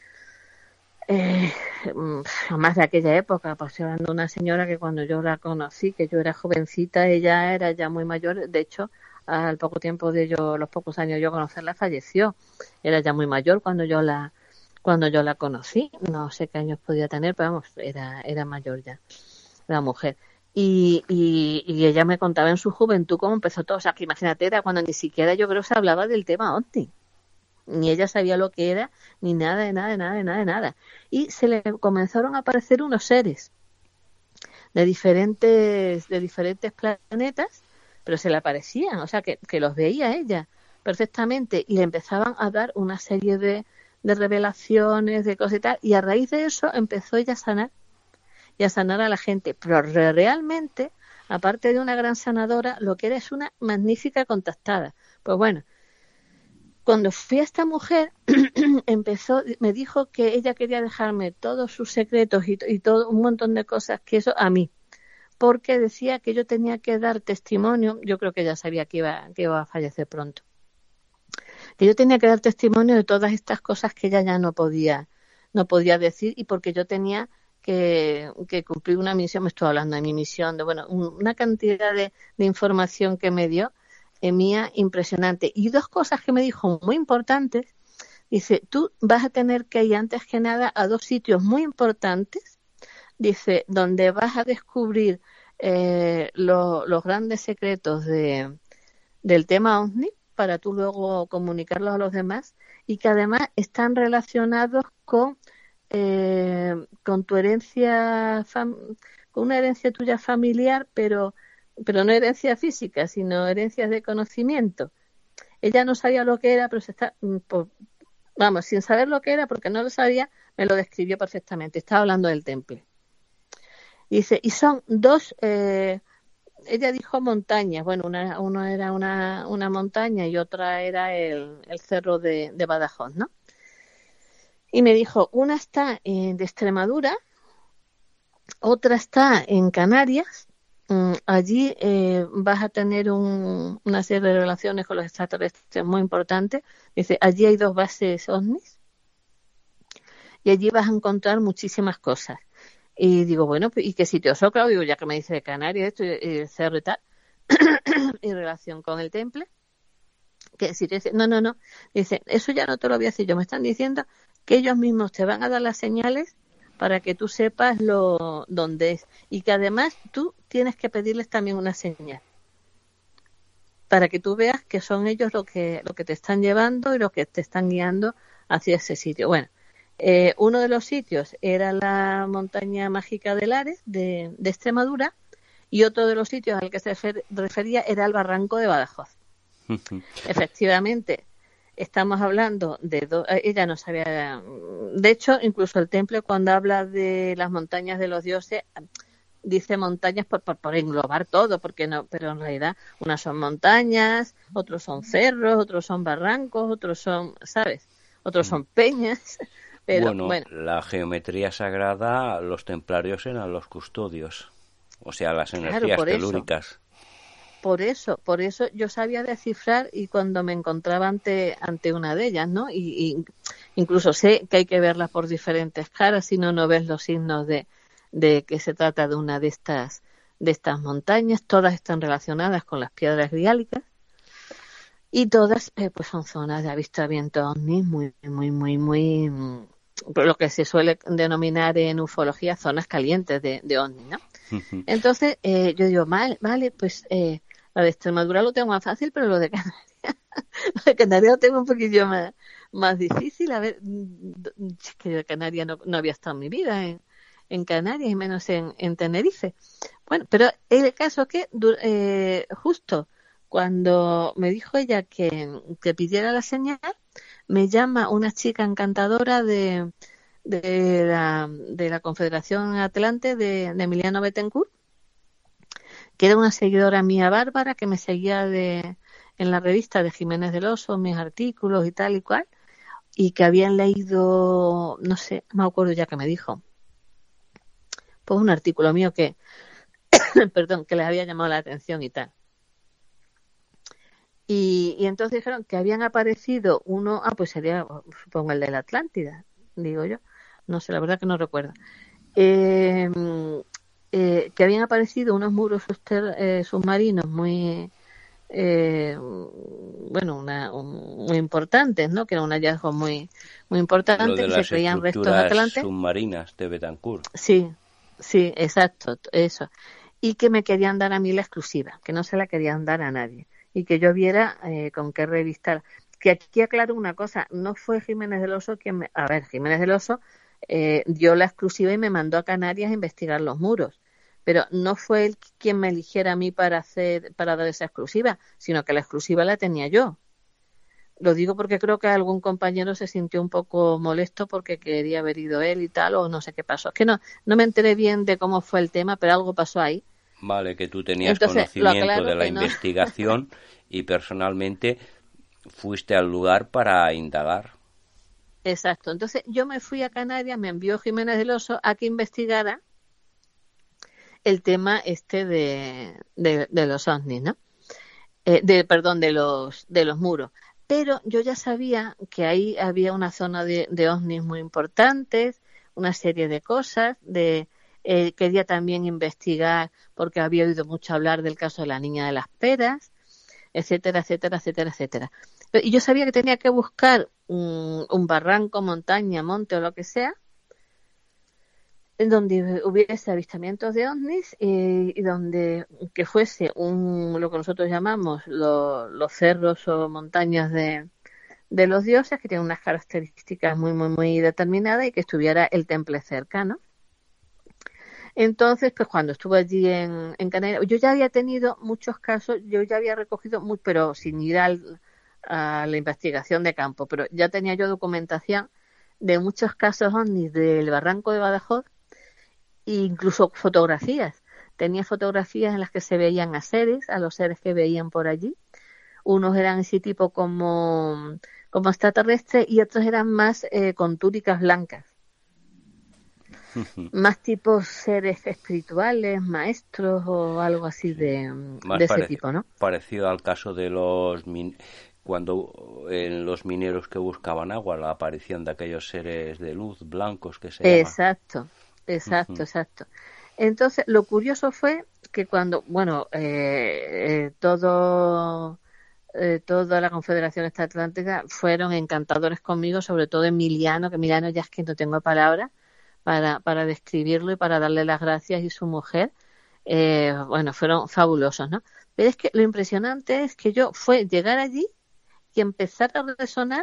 más de aquella época, pues estoy hablando de una señora que cuando yo la conocí, que yo era jovencita, ella era ya muy mayor. De hecho, al poco tiempo los pocos años yo conocerla, falleció. Era ya muy mayor cuando yo la conocí. No sé qué años podía tener, pero vamos, era mayor ya, la mujer. Y ella me contaba en su juventud cómo empezó todo. O sea, que imagínate, era cuando ni siquiera yo creo se hablaba del tema OVNI. Ni ella sabía lo que era, ni nada de nada. Y se le comenzaron a aparecer unos seres de diferentes planetas, pero se le aparecían, o sea, que los veía ella perfectamente, y le empezaban a dar una serie de revelaciones, de cosas y tal, y a raíz de eso empezó ella a sanar a la gente. Pero realmente, aparte de una gran sanadora, lo que era es una magnífica contactada. Pues bueno, cuando fui a esta mujer, me dijo que ella quería dejarme todos sus secretos y todo un montón de cosas, que eso a mí, porque decía que yo tenía que dar testimonio. Yo creo que ella sabía que iba a fallecer pronto, que yo tenía que dar testimonio de todas estas cosas que ella ya no podía decir, y porque yo tenía que cumplir una misión. Me estoy hablando de mi misión, de una cantidad de información que me dio, mía, impresionante. Y dos cosas que me dijo muy importantes. Dice, tú vas a tener que ir antes que nada a dos sitios muy importantes, dice, donde vas a descubrir los grandes secretos del tema OVNI, para tú luego comunicarlos a los demás, y que además están relacionados con tu herencia, con una herencia tuya familiar, pero no herencia física, sino herencias de conocimiento. Ella no sabía lo que era, pero sin saber lo que era, porque no lo sabía, me lo describió perfectamente. Estaba hablando del temple. Dice, y son dos, ella dijo montañas. Bueno, uno era una montaña y otra era el cerro de Badajoz, ¿no? Y me dijo, una está de Extremadura, otra está en Canarias. Allí vas a tener una serie de relaciones con los extraterrestres muy importantes. Dice, allí hay dos bases OVNIs y allí vas a encontrar muchísimas cosas. Y digo, bueno, ¿y qué sitio son? Claro, digo, ya que me dice de Canarias, esto y el cerro y tal, y relación con el temple. ¿Qué sitio? Dice, no. Dice, eso ya no te lo voy a decir yo. Me están diciendo que ellos mismos te van a dar las señales para que tú sepas dónde es, y que además tú tienes que pedirles también una señal para que tú veas que son ellos lo que te están llevando y lo que te están guiando hacia ese sitio. Bueno, Uno de los sitios era la montaña mágica de Lares, de Extremadura, y otro de los sitios al que se refería era el barranco de Badajoz. Efectivamente, estamos hablando de ella no sabía, de hecho, incluso el templo cuando habla de las montañas de los dioses, dice montañas por englobar todo, porque no, pero en realidad unas son montañas, otros son cerros, otros son barrancos, otros son, ¿sabes? Otros son peñas. Pero, bueno, la geometría sagrada, los templarios eran los custodios, o sea, las energías telúricas. Por eso yo sabía descifrar y cuando me encontraba ante una de ellas, ¿no? Y incluso sé que hay que verlas por diferentes caras, si no ves los signos de que se trata de una de estas montañas. Todas están relacionadas con las piedras griálicas y todas pues son zonas de avistamiento ovni muy, muy, muy, muy, lo que se suele denominar en ufología zonas calientes de ovni, ¿no? Entonces yo digo, vale, pues lo de Extremadura lo tengo más fácil, pero lo de Canarias lo tengo un poquillo más difícil. A ver, es que yo de Canarias no había estado en mi vida en Canarias y menos en Tenerife. Bueno, pero el caso es que justo cuando me dijo ella que pidiera la señal, me llama una chica encantadora de la Confederación Atlante de Emiliano Bettencourt, que era una seguidora mía bárbara que me seguía en la revista de Jiménez del Oso, mis artículos y tal y cual, y que habían leído, no sé, no me acuerdo ya que me dijo, pues un artículo mío que perdón, que les había llamado la atención y tal. Y entonces dijeron que habían aparecido uno, pues sería, supongo, el de la Atlántida, digo yo, no sé, la verdad que no recuerdo. Que habían aparecido unos muros submarinos muy muy importantes, ¿no? Que era un hallazgo muy muy importante. Lo de las se creían restos atlantes submarinas de Bettencourt. Sí, exacto, eso. Y que me querían dar a mí la exclusiva, que no se la querían dar a nadie y que yo viera con qué revista. Que aquí aclaro una cosa, no fue Jiménez del Oso quien Jiménez del Oso dio la exclusiva y me mandó a Canarias a investigar los muros, pero no fue él quien me eligiera a mí para dar esa exclusiva, sino que la exclusiva la tenía yo. Lo digo porque creo que algún compañero se sintió un poco molesto porque quería haber ido él y tal, o no sé qué pasó. Es que no me enteré bien de cómo fue el tema, pero algo pasó ahí. Vale, que tú tenías conocimiento de la investigación y personalmente fuiste al lugar para indagar. Exacto. Entonces yo me fui a Canarias, me envió Jiménez del Oso a que investigara el tema de los ovnis, ¿no? De los muros. Pero yo ya sabía que ahí había una zona de ovnis muy importantes, una serie de cosas, quería también investigar porque había oído mucho hablar del caso de la niña de las peras, etcétera, etcétera, etcétera, etcétera. Y yo sabía que tenía que buscar un barranco, montaña, monte o lo que sea, en donde hubiese avistamientos de ovnis y donde que fuese lo que nosotros llamamos los cerros o montañas de los dioses, que tienen unas características muy, muy, muy determinadas y que estuviera el temple cercano. Entonces, pues cuando estuve allí en Canarias, yo ya había tenido muchos casos, yo ya había recogido, pero sin ir a la investigación de campo, pero ya tenía yo documentación de muchos casos ovnis del barranco de Badajoz e incluso fotografías. Tenía fotografías en las que se veían a los seres que veían por allí. Unos eran ese tipo como extraterrestres y otros eran más con túnicas blancas. Más tipos seres espirituales, maestros o algo así de ese tipo, ¿no? Parecido al caso de cuando en los mineros que buscaban agua, la aparición de aquellos seres de luz blancos que se llaman. Exacto. Entonces, lo curioso fue que cuando, toda la Confederación Atlántica fueron encantadores conmigo, sobre todo Emiliano ya es que no tengo palabras para describirlo y para darle las gracias, y su mujer, fueron fabulosos, ¿no? Pero es que lo impresionante es que fue llegar allí y empezar a resonar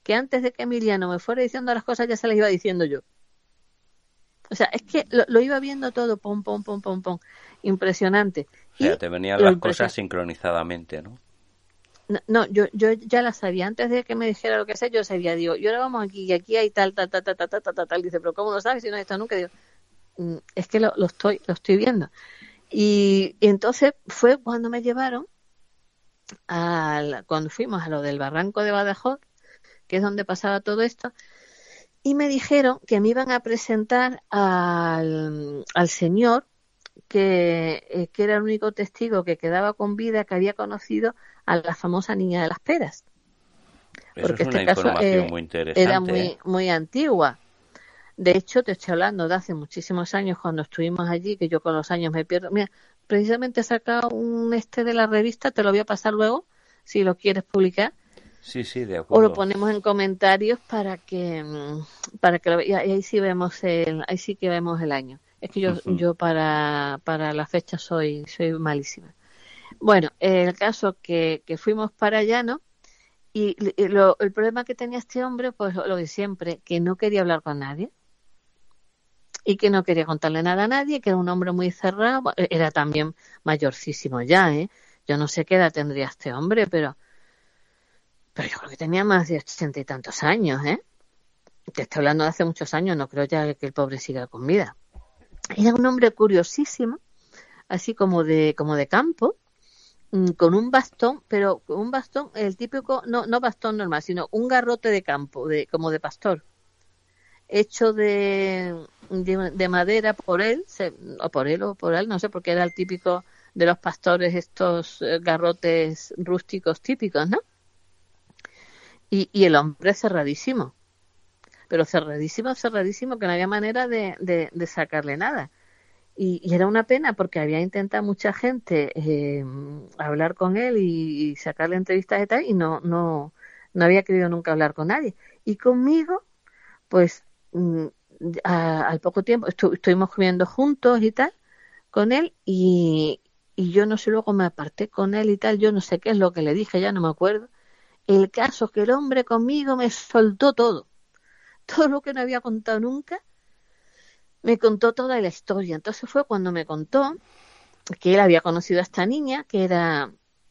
que antes de que Emiliano me fuera diciendo las cosas ya se las iba diciendo yo. O sea, es que lo iba viendo todo, pom, pom, pom, pom, pom. Impresionante. O sea, te venían las cosas sincronizadamente, ¿no? No, yo ya la sabía. Antes de que me dijera lo que sé, yo sabía. Digo, y ahora vamos aquí, y aquí hay tal. Dice, pero ¿cómo lo sabes si no has estado nunca? Digo, es que lo estoy viendo. Y entonces fue cuando me llevaron, cuando fuimos a lo del barranco de Badajoz, que es donde pasaba todo esto, y me dijeron que me iban a presentar al señor que era el único testigo que quedaba con vida que había conocido a la famosa niña de las peras. Eso porque es una este caso información muy interesante. era muy antigua. De hecho, te estoy hablando de hace muchísimos años, cuando estuvimos allí, que yo con los años me pierdo. Mira, precisamente he sacado un de la revista, te lo voy a pasar luego, si lo quieres publicar. Sí, de acuerdo. O lo ponemos en comentarios para que lo y ahí sí que vemos el año. Es que yo para la fecha soy malísima. Bueno, el caso que fuimos para allá, ¿no? Y el problema que tenía este hombre, pues lo de siempre, que no quería hablar con nadie y que no quería contarle nada a nadie, que era un hombre muy cerrado, era también mayorcísimo ya, ¿eh? Yo no sé qué edad tendría este hombre, pero yo creo que tenía más de 80 y tantos años, ¿eh? Te estoy hablando de hace muchos años, no creo ya que el pobre siga con vida. Era un hombre curiosísimo, así como de campo, con un bastón, pero un bastón, el típico, no bastón normal, sino un garrote de campo, como de pastor, hecho de madera por él, o por él, no sé, porque era el típico de los pastores, estos garrotes rústicos típicos, ¿no? Y el hombre cerradísimo, pero cerradísimo, que no había manera de sacarle nada. Y era una pena porque había intentado mucha gente hablar con él y sacarle entrevistas y tal, y no había querido nunca hablar con nadie. Y conmigo, pues al poco tiempo estuvimos comiendo juntos y tal con él, y yo no sé, luego me aparté con él y tal, yo no sé qué es lo que le dije, ya no me acuerdo. El caso es que el hombre conmigo me soltó todo lo que no había contado nunca. Me contó toda la historia. Entonces fue cuando me contó que él había conocido a esta niña, que era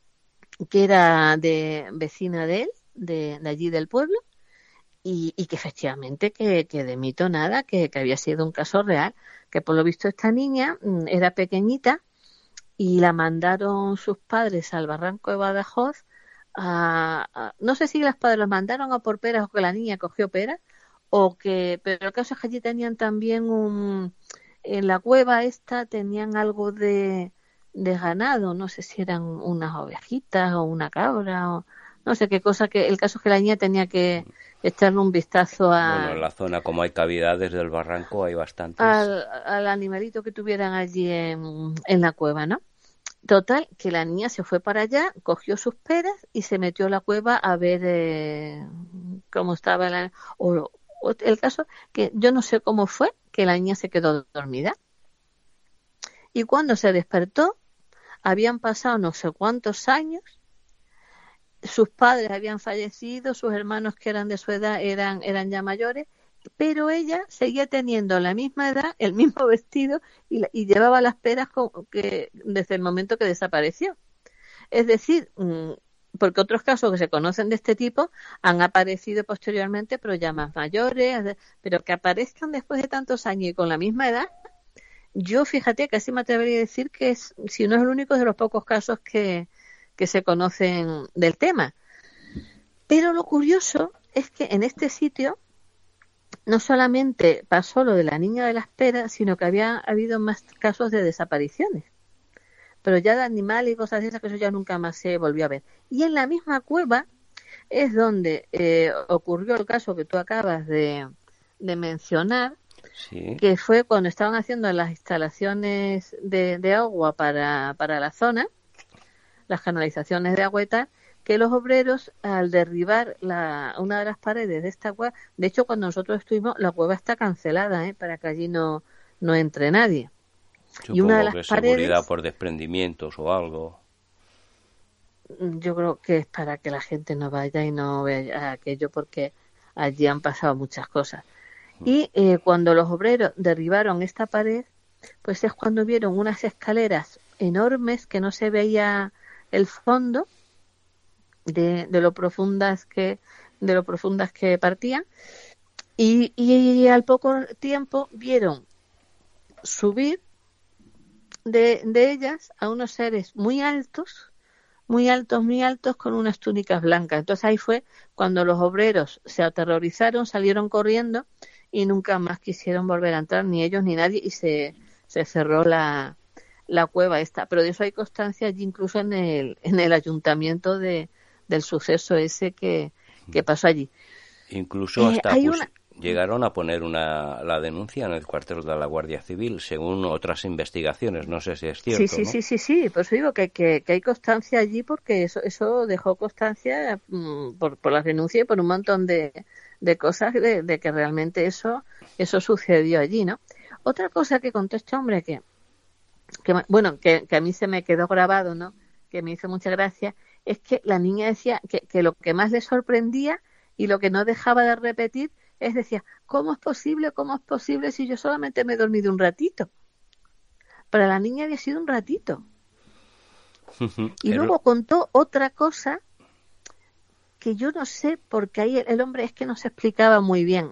de vecina de él, de allí del pueblo, y que efectivamente que de mito nada, que había sido un caso real, que por lo visto esta niña era pequeñita y la mandaron sus padres al barranco de Badajoz no sé si los padres los mandaron a por peras o que la niña cogió peras, pero el caso es que allí tenían también en la cueva esta tenían algo de ganado, no sé si eran unas ovejitas o una cabra o no sé qué cosa, que el caso es que la niña tenía que echarle un vistazo Bueno, en la zona, como hay cavidades del barranco, hay bastantes. Al animalito que tuvieran allí en la cueva, ¿no? Total, que la niña se fue para allá, cogió sus peras y se metió a la cueva a ver cómo estaba el caso, que yo no sé cómo fue, que la niña se quedó dormida. Y cuando se despertó, habían pasado no sé cuántos años, sus padres habían fallecido, sus hermanos que eran de su edad eran ya mayores, pero ella seguía teniendo la misma edad, el mismo vestido y llevaba las peras desde el momento que desapareció. Es decir, porque otros casos que se conocen de este tipo han aparecido posteriormente, pero ya más mayores, pero que aparezcan después de tantos años y con la misma edad, yo fíjate, casi me atrevería a decir que es, si no es el único de los pocos casos que se conocen del tema. Pero lo curioso es que en este sitio no solamente pasó lo de la niña de las peras, sino que había habido más casos de desapariciones. Pero ya de animales y cosas de esas, que eso ya nunca más se volvió a ver. Y en la misma cueva es donde ocurrió el caso que tú acabas de mencionar, sí, que fue cuando estaban haciendo las instalaciones de agua para la zona, las canalizaciones de agua y tal, que los obreros, al derribar una de las paredes de esta cueva, de hecho cuando nosotros estuvimos, la cueva está cancelada, para que allí no entre nadie. Supongo y una de las que paredes, seguridad por desprendimientos o algo. Yo creo que es para que la gente no vaya y no vea aquello, porque allí han pasado muchas cosas. Y cuando los obreros derribaron esta pared, pues es cuando vieron unas escaleras enormes que no se veía el fondo de lo profundas que partían, y al poco tiempo vieron subir de ellas a unos seres muy altos, con unas túnicas blancas. Entonces ahí fue cuando los obreros se aterrorizaron, salieron corriendo y nunca más quisieron volver a entrar, ni ellos ni nadie, y se cerró la cueva esta. Pero de eso hay constancia allí, incluso en el ayuntamiento del suceso ese que pasó allí. Incluso hasta llegaron a poner la denuncia en el cuartel de la Guardia Civil, según otras investigaciones. No sé si es cierto, sí, ¿no? Sí. Por eso digo que hay constancia allí, porque eso dejó constancia por las denuncias y por un montón de cosas de que realmente eso sucedió allí, ¿no? Otra cosa que contó este hombre que a mí se me quedó grabado, ¿no? Que me hizo mucha gracia, es que la niña decía que lo que más le sorprendía y lo que no dejaba de repetir decía, ¿cómo es posible si yo solamente me he dormido un ratito? Para la niña había sido un ratito. Y luego contó otra cosa que yo no sé, porque ahí el hombre es que no se explicaba muy bien,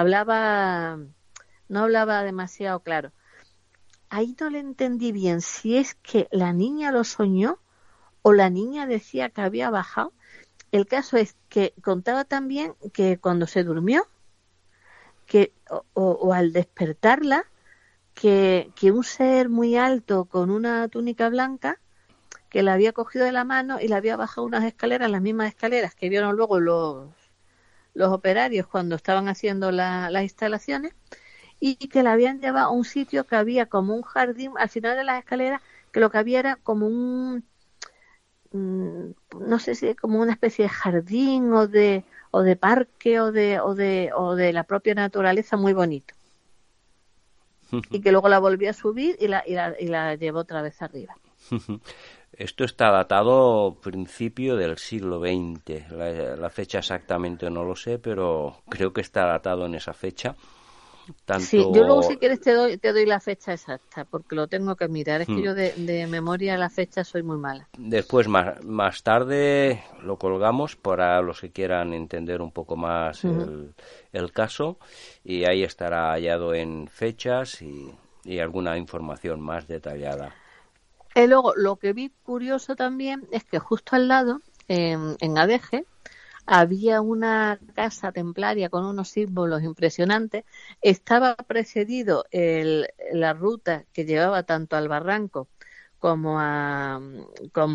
no hablaba demasiado claro. Ahí no le entendí bien si es que la niña lo soñó o la niña decía que había bajado. El caso es que contaba también que cuando se durmió, o al despertarla, que un ser muy alto con una túnica blanca, que la había cogido de la mano y la había bajado unas escaleras, las mismas escaleras que vieron luego los operarios cuando estaban haciendo las instalaciones, y que la habían llevado a un sitio que había como un jardín al final de las escaleras, que lo que había era como no sé si como una especie de jardín o de parque o de la propia naturaleza, muy bonito. Y que luego la volvió a subir y la llevó otra vez arriba. Esto está datado principio del siglo XX. La fecha exactamente no lo sé, pero creo que está datado en esa fecha. Sí, yo luego si quieres te doy la fecha exacta, porque lo tengo que mirar. Es que yo de memoria la fecha soy muy mala. Después, más tarde, lo colgamos para los que quieran entender un poco más el caso, y ahí estará hallado en fechas y alguna información más detallada. Luego, lo que vi curioso también es que justo al lado, en Adeje, había una casa templaria con unos símbolos impresionantes. Estaba precedido la ruta que llevaba tanto al barranco como al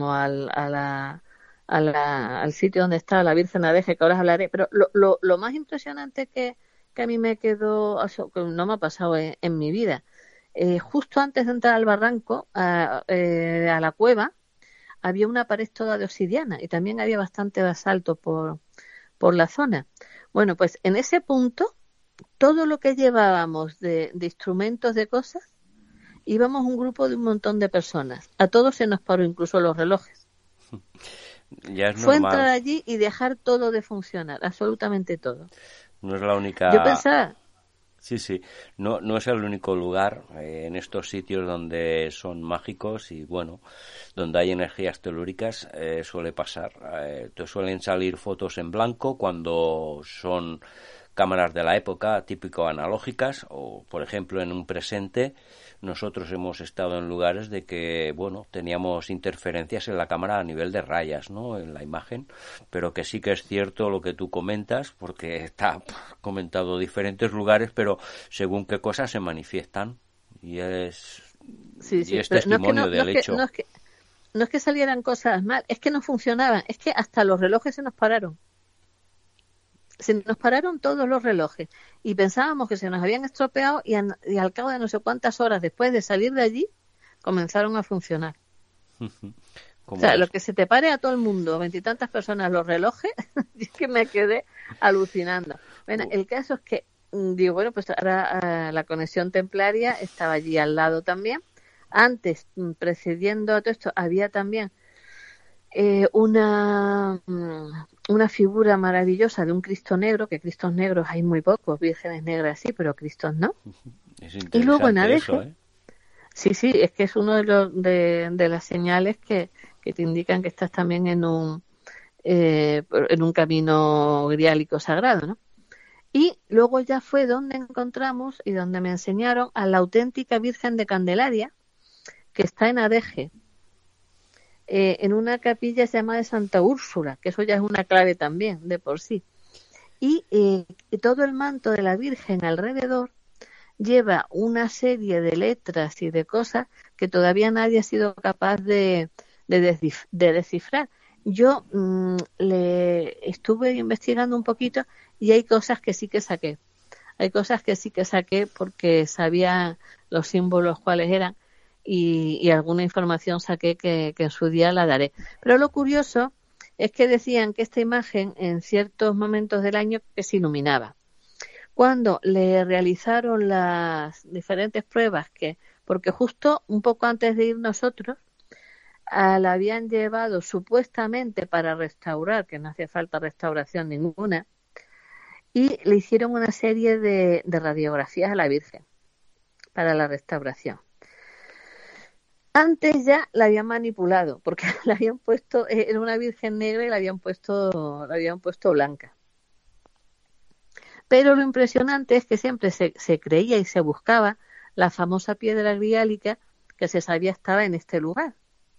sitio donde estaba la Virgen Adeje, que ahora os hablaré. Pero lo más impresionante que a mí me quedó, que no me ha pasado en mi vida, justo antes de entrar al barranco, a la cueva, había una pared toda de obsidiana y también había bastante basalto por la zona. Bueno, pues en ese punto, todo lo que llevábamos de instrumentos, de cosas, íbamos un grupo de un montón de personas. A todos se nos paró, incluso los relojes. Ya es Fue normal. Entrar allí y dejar todo de funcionar, absolutamente todo. No es la única... Yo pensaba... Sí. No es el único lugar en estos sitios donde son mágicos y, bueno, donde hay energías telúricas, suele pasar. Te suelen salir fotos en blanco cuando son cámaras de la época, típico analógicas, o, por ejemplo, en un presente, nosotros hemos estado en lugares de que, bueno, teníamos interferencias en la cámara a nivel de rayas, ¿no?, en la imagen, pero que sí que es cierto lo que tú comentas, porque está comentado diferentes lugares, pero según qué cosas se manifiestan, y es testimonio del hecho. No es que salieran cosas mal, es que no funcionaban, es que hasta los relojes se nos pararon. Se nos pararon todos los relojes y pensábamos que se nos habían estropeado y al cabo de no sé cuántas horas después de salir de allí comenzaron a funcionar. O sea, lo que se te pare a todo el mundo, 20 y tantas personas los relojes, es que me quedé alucinando. Bueno, el caso es que digo, bueno, pues ahora la conexión templaria estaba allí al lado también. Antes, precediendo a todo esto, había también una figura maravillosa de un Cristo negro, que Cristos negros hay muy pocos, vírgenes negras sí, pero Cristos no. Es Y luego en interesante Adeje, eso, sí, es que es uno de las señales que te indican que estás también en un camino griálico sagrado, ¿no? Y luego ya fue donde encontramos y donde me enseñaron a la auténtica Virgen de Candelaria, que está en Adeje, en una capilla llamada de Santa Úrsula, que eso ya es una clave también de por sí. Y todo el manto de la Virgen alrededor lleva una serie de letras y de cosas que todavía nadie ha sido capaz de descifrar. Yo le estuve investigando un poquito y hay cosas que sí que saqué. Hay cosas que sí que saqué porque sabía los símbolos cuáles eran y alguna información saqué que en su día la daré. Pero lo curioso es que decían que esta imagen en ciertos momentos del año que se iluminaba. Cuando le realizaron las diferentes pruebas, porque justo un poco antes de ir nosotros, la habían llevado supuestamente para restaurar, que no hacía falta restauración ninguna, y le hicieron una serie de radiografías a la Virgen para la restauración. Antes ya la habían manipulado, porque la habían puesto, era una Virgen negra y la habían puesto blanca. Pero lo impresionante es que siempre se creía y se buscaba la famosa piedra griálica que se sabía estaba en este lugar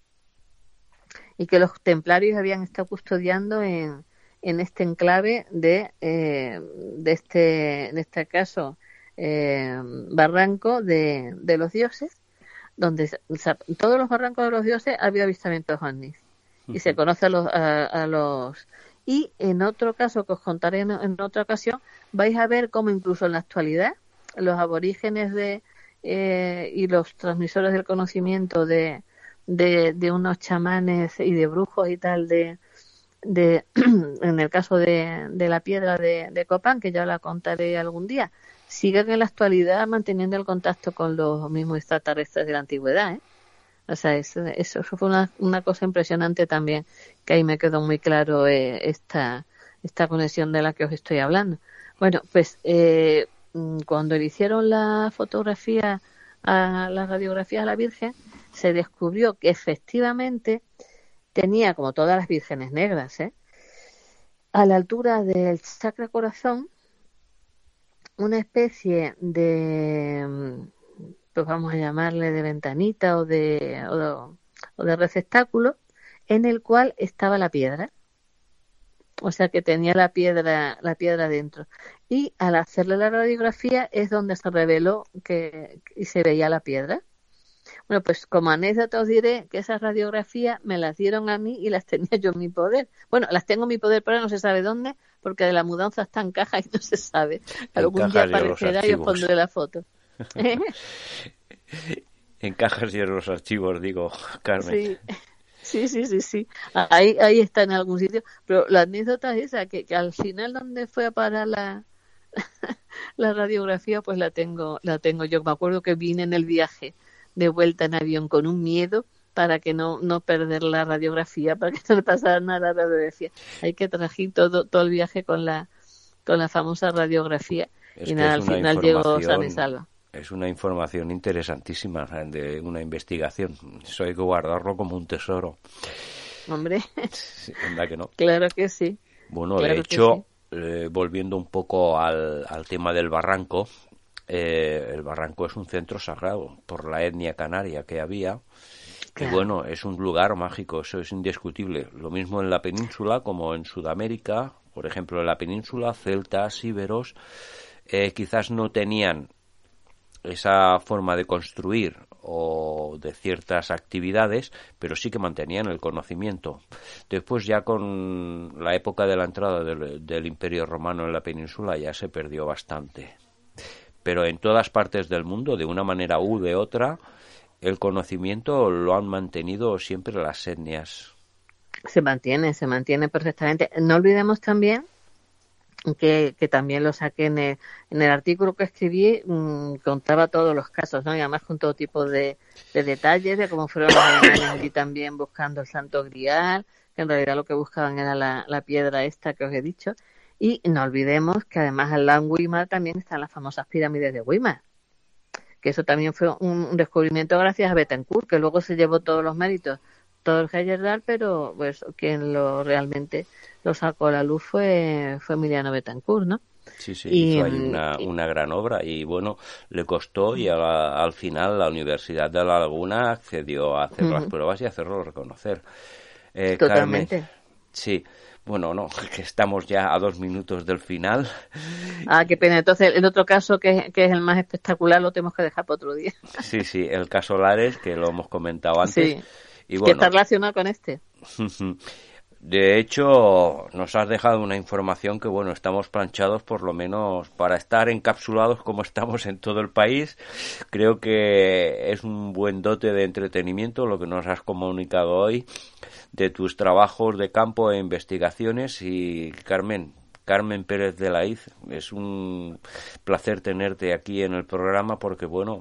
y que los templarios habían estado custodiando en este enclave en este caso, barranco de los dioses, donde en todos los barrancos de los dioses había avistamientos ovnis y se conoce a los y en otro caso que os contaré en otra ocasión vais a ver cómo incluso en la actualidad los aborígenes y los transmisores del conocimiento de unos chamanes y de brujos y tal en el caso de la piedra de Copán, que ya la contaré algún día, siguen en la actualidad manteniendo el contacto con los mismos extraterrestres de la antigüedad, ¿eh? O sea, eso fue una cosa impresionante también, que ahí me quedó muy claro esta conexión de la que os estoy hablando. Bueno, pues cuando le hicieron la fotografía, las radiografías a la Virgen, se descubrió que efectivamente tenía, como todas las vírgenes negras, a la altura del chakra corazón, una especie de, pues vamos a llamarle de ventanita o de receptáculo en el cual estaba la piedra. O sea que tenía la piedra dentro. Y al hacerle la radiografía es donde se reveló y se veía la piedra. Bueno, pues como anécdota os diré que esas radiografías me las dieron a mí y las tenía yo en mi poder. Bueno, las tengo en mi poder, pero no se sabe dónde, porque de la mudanza está en caja y no se sabe. Algún día aparecerá y os pondré la foto. En cajas y en los archivos, digo, Carmen. Sí. Ahí está en algún sitio. Pero la anécdota es esa, que al final donde fue a parar la radiografía, pues la tengo yo. Me acuerdo que vine en el viaje de vuelta en avión con un miedo para que no perder la radiografía, para que no le pasara nada a la radiografía. Hay que trajer todo el viaje con la famosa radiografía. Es y nada, al final llegó sana y salva. Es una información interesantísima de una investigación. Eso hay que guardarlo como un tesoro. Hombre, sí, ¿verdad que no? Claro que sí. Bueno, claro de hecho, volviendo un poco al tema del barranco, el barranco es un centro sagrado por la etnia canaria que había. Claro. Y bueno, es un lugar mágico, eso es indiscutible. Lo mismo en la península como en Sudamérica. Por ejemplo, en la península, celtas, íberos, quizás no tenían esa forma de construir o de ciertas actividades, pero sí que mantenían el conocimiento. Después, ya con la época de la entrada del Imperio Romano en la península, ya se perdió bastante. Pero en todas partes del mundo, de una manera u de otra, el conocimiento lo han mantenido siempre las etnias. Se mantiene perfectamente. No olvidemos también que también lo saqué en el artículo que escribí, contaba todos los casos, ¿no? Y además con todo tipo de detalles de cómo fueron los alemanes allí también buscando el Santo Grial, que en realidad lo que buscaban era la piedra esta que os he dicho. Y no olvidemos que además al lado en Weimar también están las famosas pirámides de Weimar, que eso también fue un descubrimiento gracias a Bettencourt, que luego se llevó todos los méritos, todo el Heyerdahl, pero pues quien realmente lo sacó a la luz fue Emiliano Bettencourt, ¿no? Sí, hizo ahí una gran obra y bueno, le costó y al final la Universidad de La Laguna accedió a hacer las pruebas y hacerlo reconocer. Totalmente. Carmen, sí. Bueno, no, que estamos ya a 2 minutos del final. Ah, qué pena. Entonces, el otro caso, que es el más espectacular, lo tenemos que dejar para otro día. Sí, el caso Lares, que lo hemos comentado antes. Sí, y bueno, que está relacionado con este. De hecho, nos has dejado una información que, bueno, estamos planchados por lo menos para estar encapsulados como estamos en todo el país. Creo que es un buen dote de entretenimiento lo que nos has comunicado hoy de tus trabajos de campo e investigaciones. Y Carmen Pérez de la Iz, es un placer tenerte aquí en el programa porque, bueno,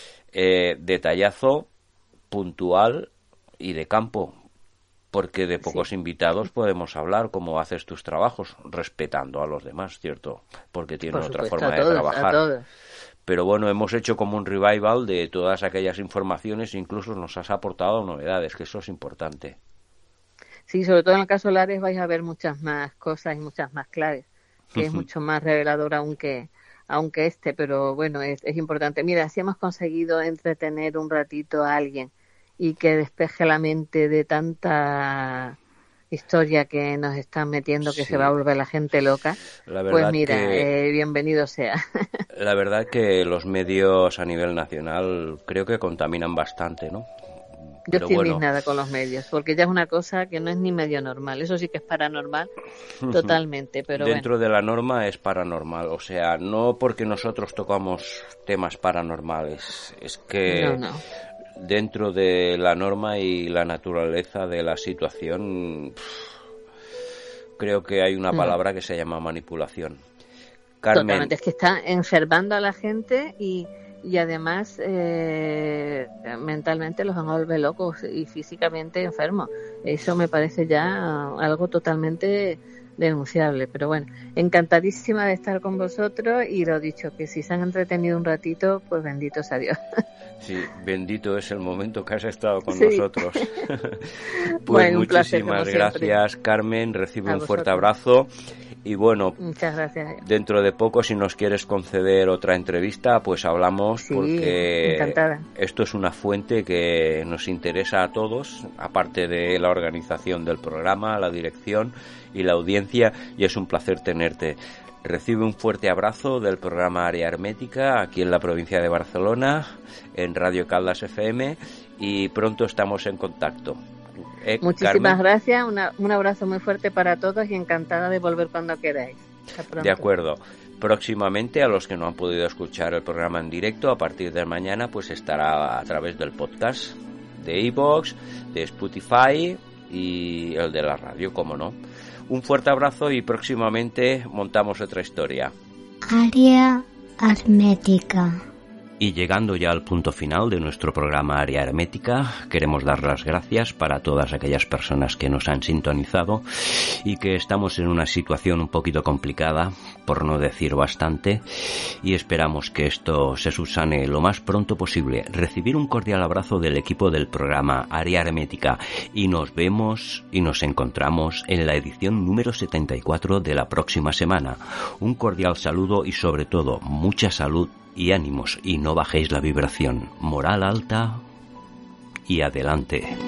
detallazo, puntual y de campo. Porque de pocos invitados podemos hablar cómo haces tus trabajos, respetando a los demás, ¿cierto? Porque tienen otra forma de trabajar. Pero bueno, hemos hecho como un revival de todas aquellas informaciones, incluso nos has aportado novedades, que eso es importante. Sí, sobre todo en el caso Lares vais a ver muchas más cosas y muchas más claves, que es mucho más revelador aunque este, pero bueno, es importante. Mira, si hemos conseguido entretener un ratito a alguien y que despeje la mente de tanta historia que nos están metiendo, que se va a volver la gente loca, pues mira, bienvenido sea. La verdad que los medios a nivel nacional creo que contaminan bastante, ¿no? Yo estoy indignada con los medios, porque ya es una cosa que no es ni medio normal. Eso sí que es paranormal, totalmente. Pero dentro de la norma es paranormal, o sea, no porque nosotros tocamos temas paranormales, es que dentro de la norma y la naturaleza de la situación, creo que hay una palabra que se llama manipulación. Carmen. Totalmente, es que está enfermando a la gente y además mentalmente los van a volver locos y físicamente enfermos. Eso me parece ya algo totalmente denunciable. Pero bueno, encantadísima de estar con vosotros y lo dicho, que si se han entretenido un ratito, pues bendito sea Dios. Sí, bendito es el momento que has estado con nosotros. Pues bueno, muchísimas gracias, Carmen. Recibe un fuerte abrazo. Y bueno, muchas gracias. Dentro de poco, si nos quieres conceder otra entrevista, pues hablamos, porque encantada. Esto es una fuente que nos interesa a todos, aparte de la organización del programa, la dirección y la audiencia, y es un placer tenerte. Recibe un fuerte abrazo del programa Área Hermética aquí en la provincia de Barcelona, en Radio Caldas FM, y pronto estamos en contacto. Muchísimas gracias, un abrazo muy fuerte para todos y encantada de volver cuando queráis. De acuerdo. Próximamente, a los que no han podido escuchar el programa en directo, a partir de mañana pues estará a través del podcast de iVoox, de Spotify y el de la radio, como no. Un fuerte abrazo y próximamente montamos otra historia. Área Hermética. Y llegando ya al punto final de nuestro programa Área Hermética, queremos dar las gracias para todas aquellas personas que nos han sintonizado y que estamos en una situación un poquito complicada, por no decir bastante, y esperamos que esto se subsane lo más pronto posible. Recibir un cordial abrazo del equipo del programa Área Hermética y nos vemos y nos encontramos en la edición número 74 de la próxima semana. Un cordial saludo y sobre todo mucha salud y ánimos, y no bajéis la vibración. Moral alta y adelante.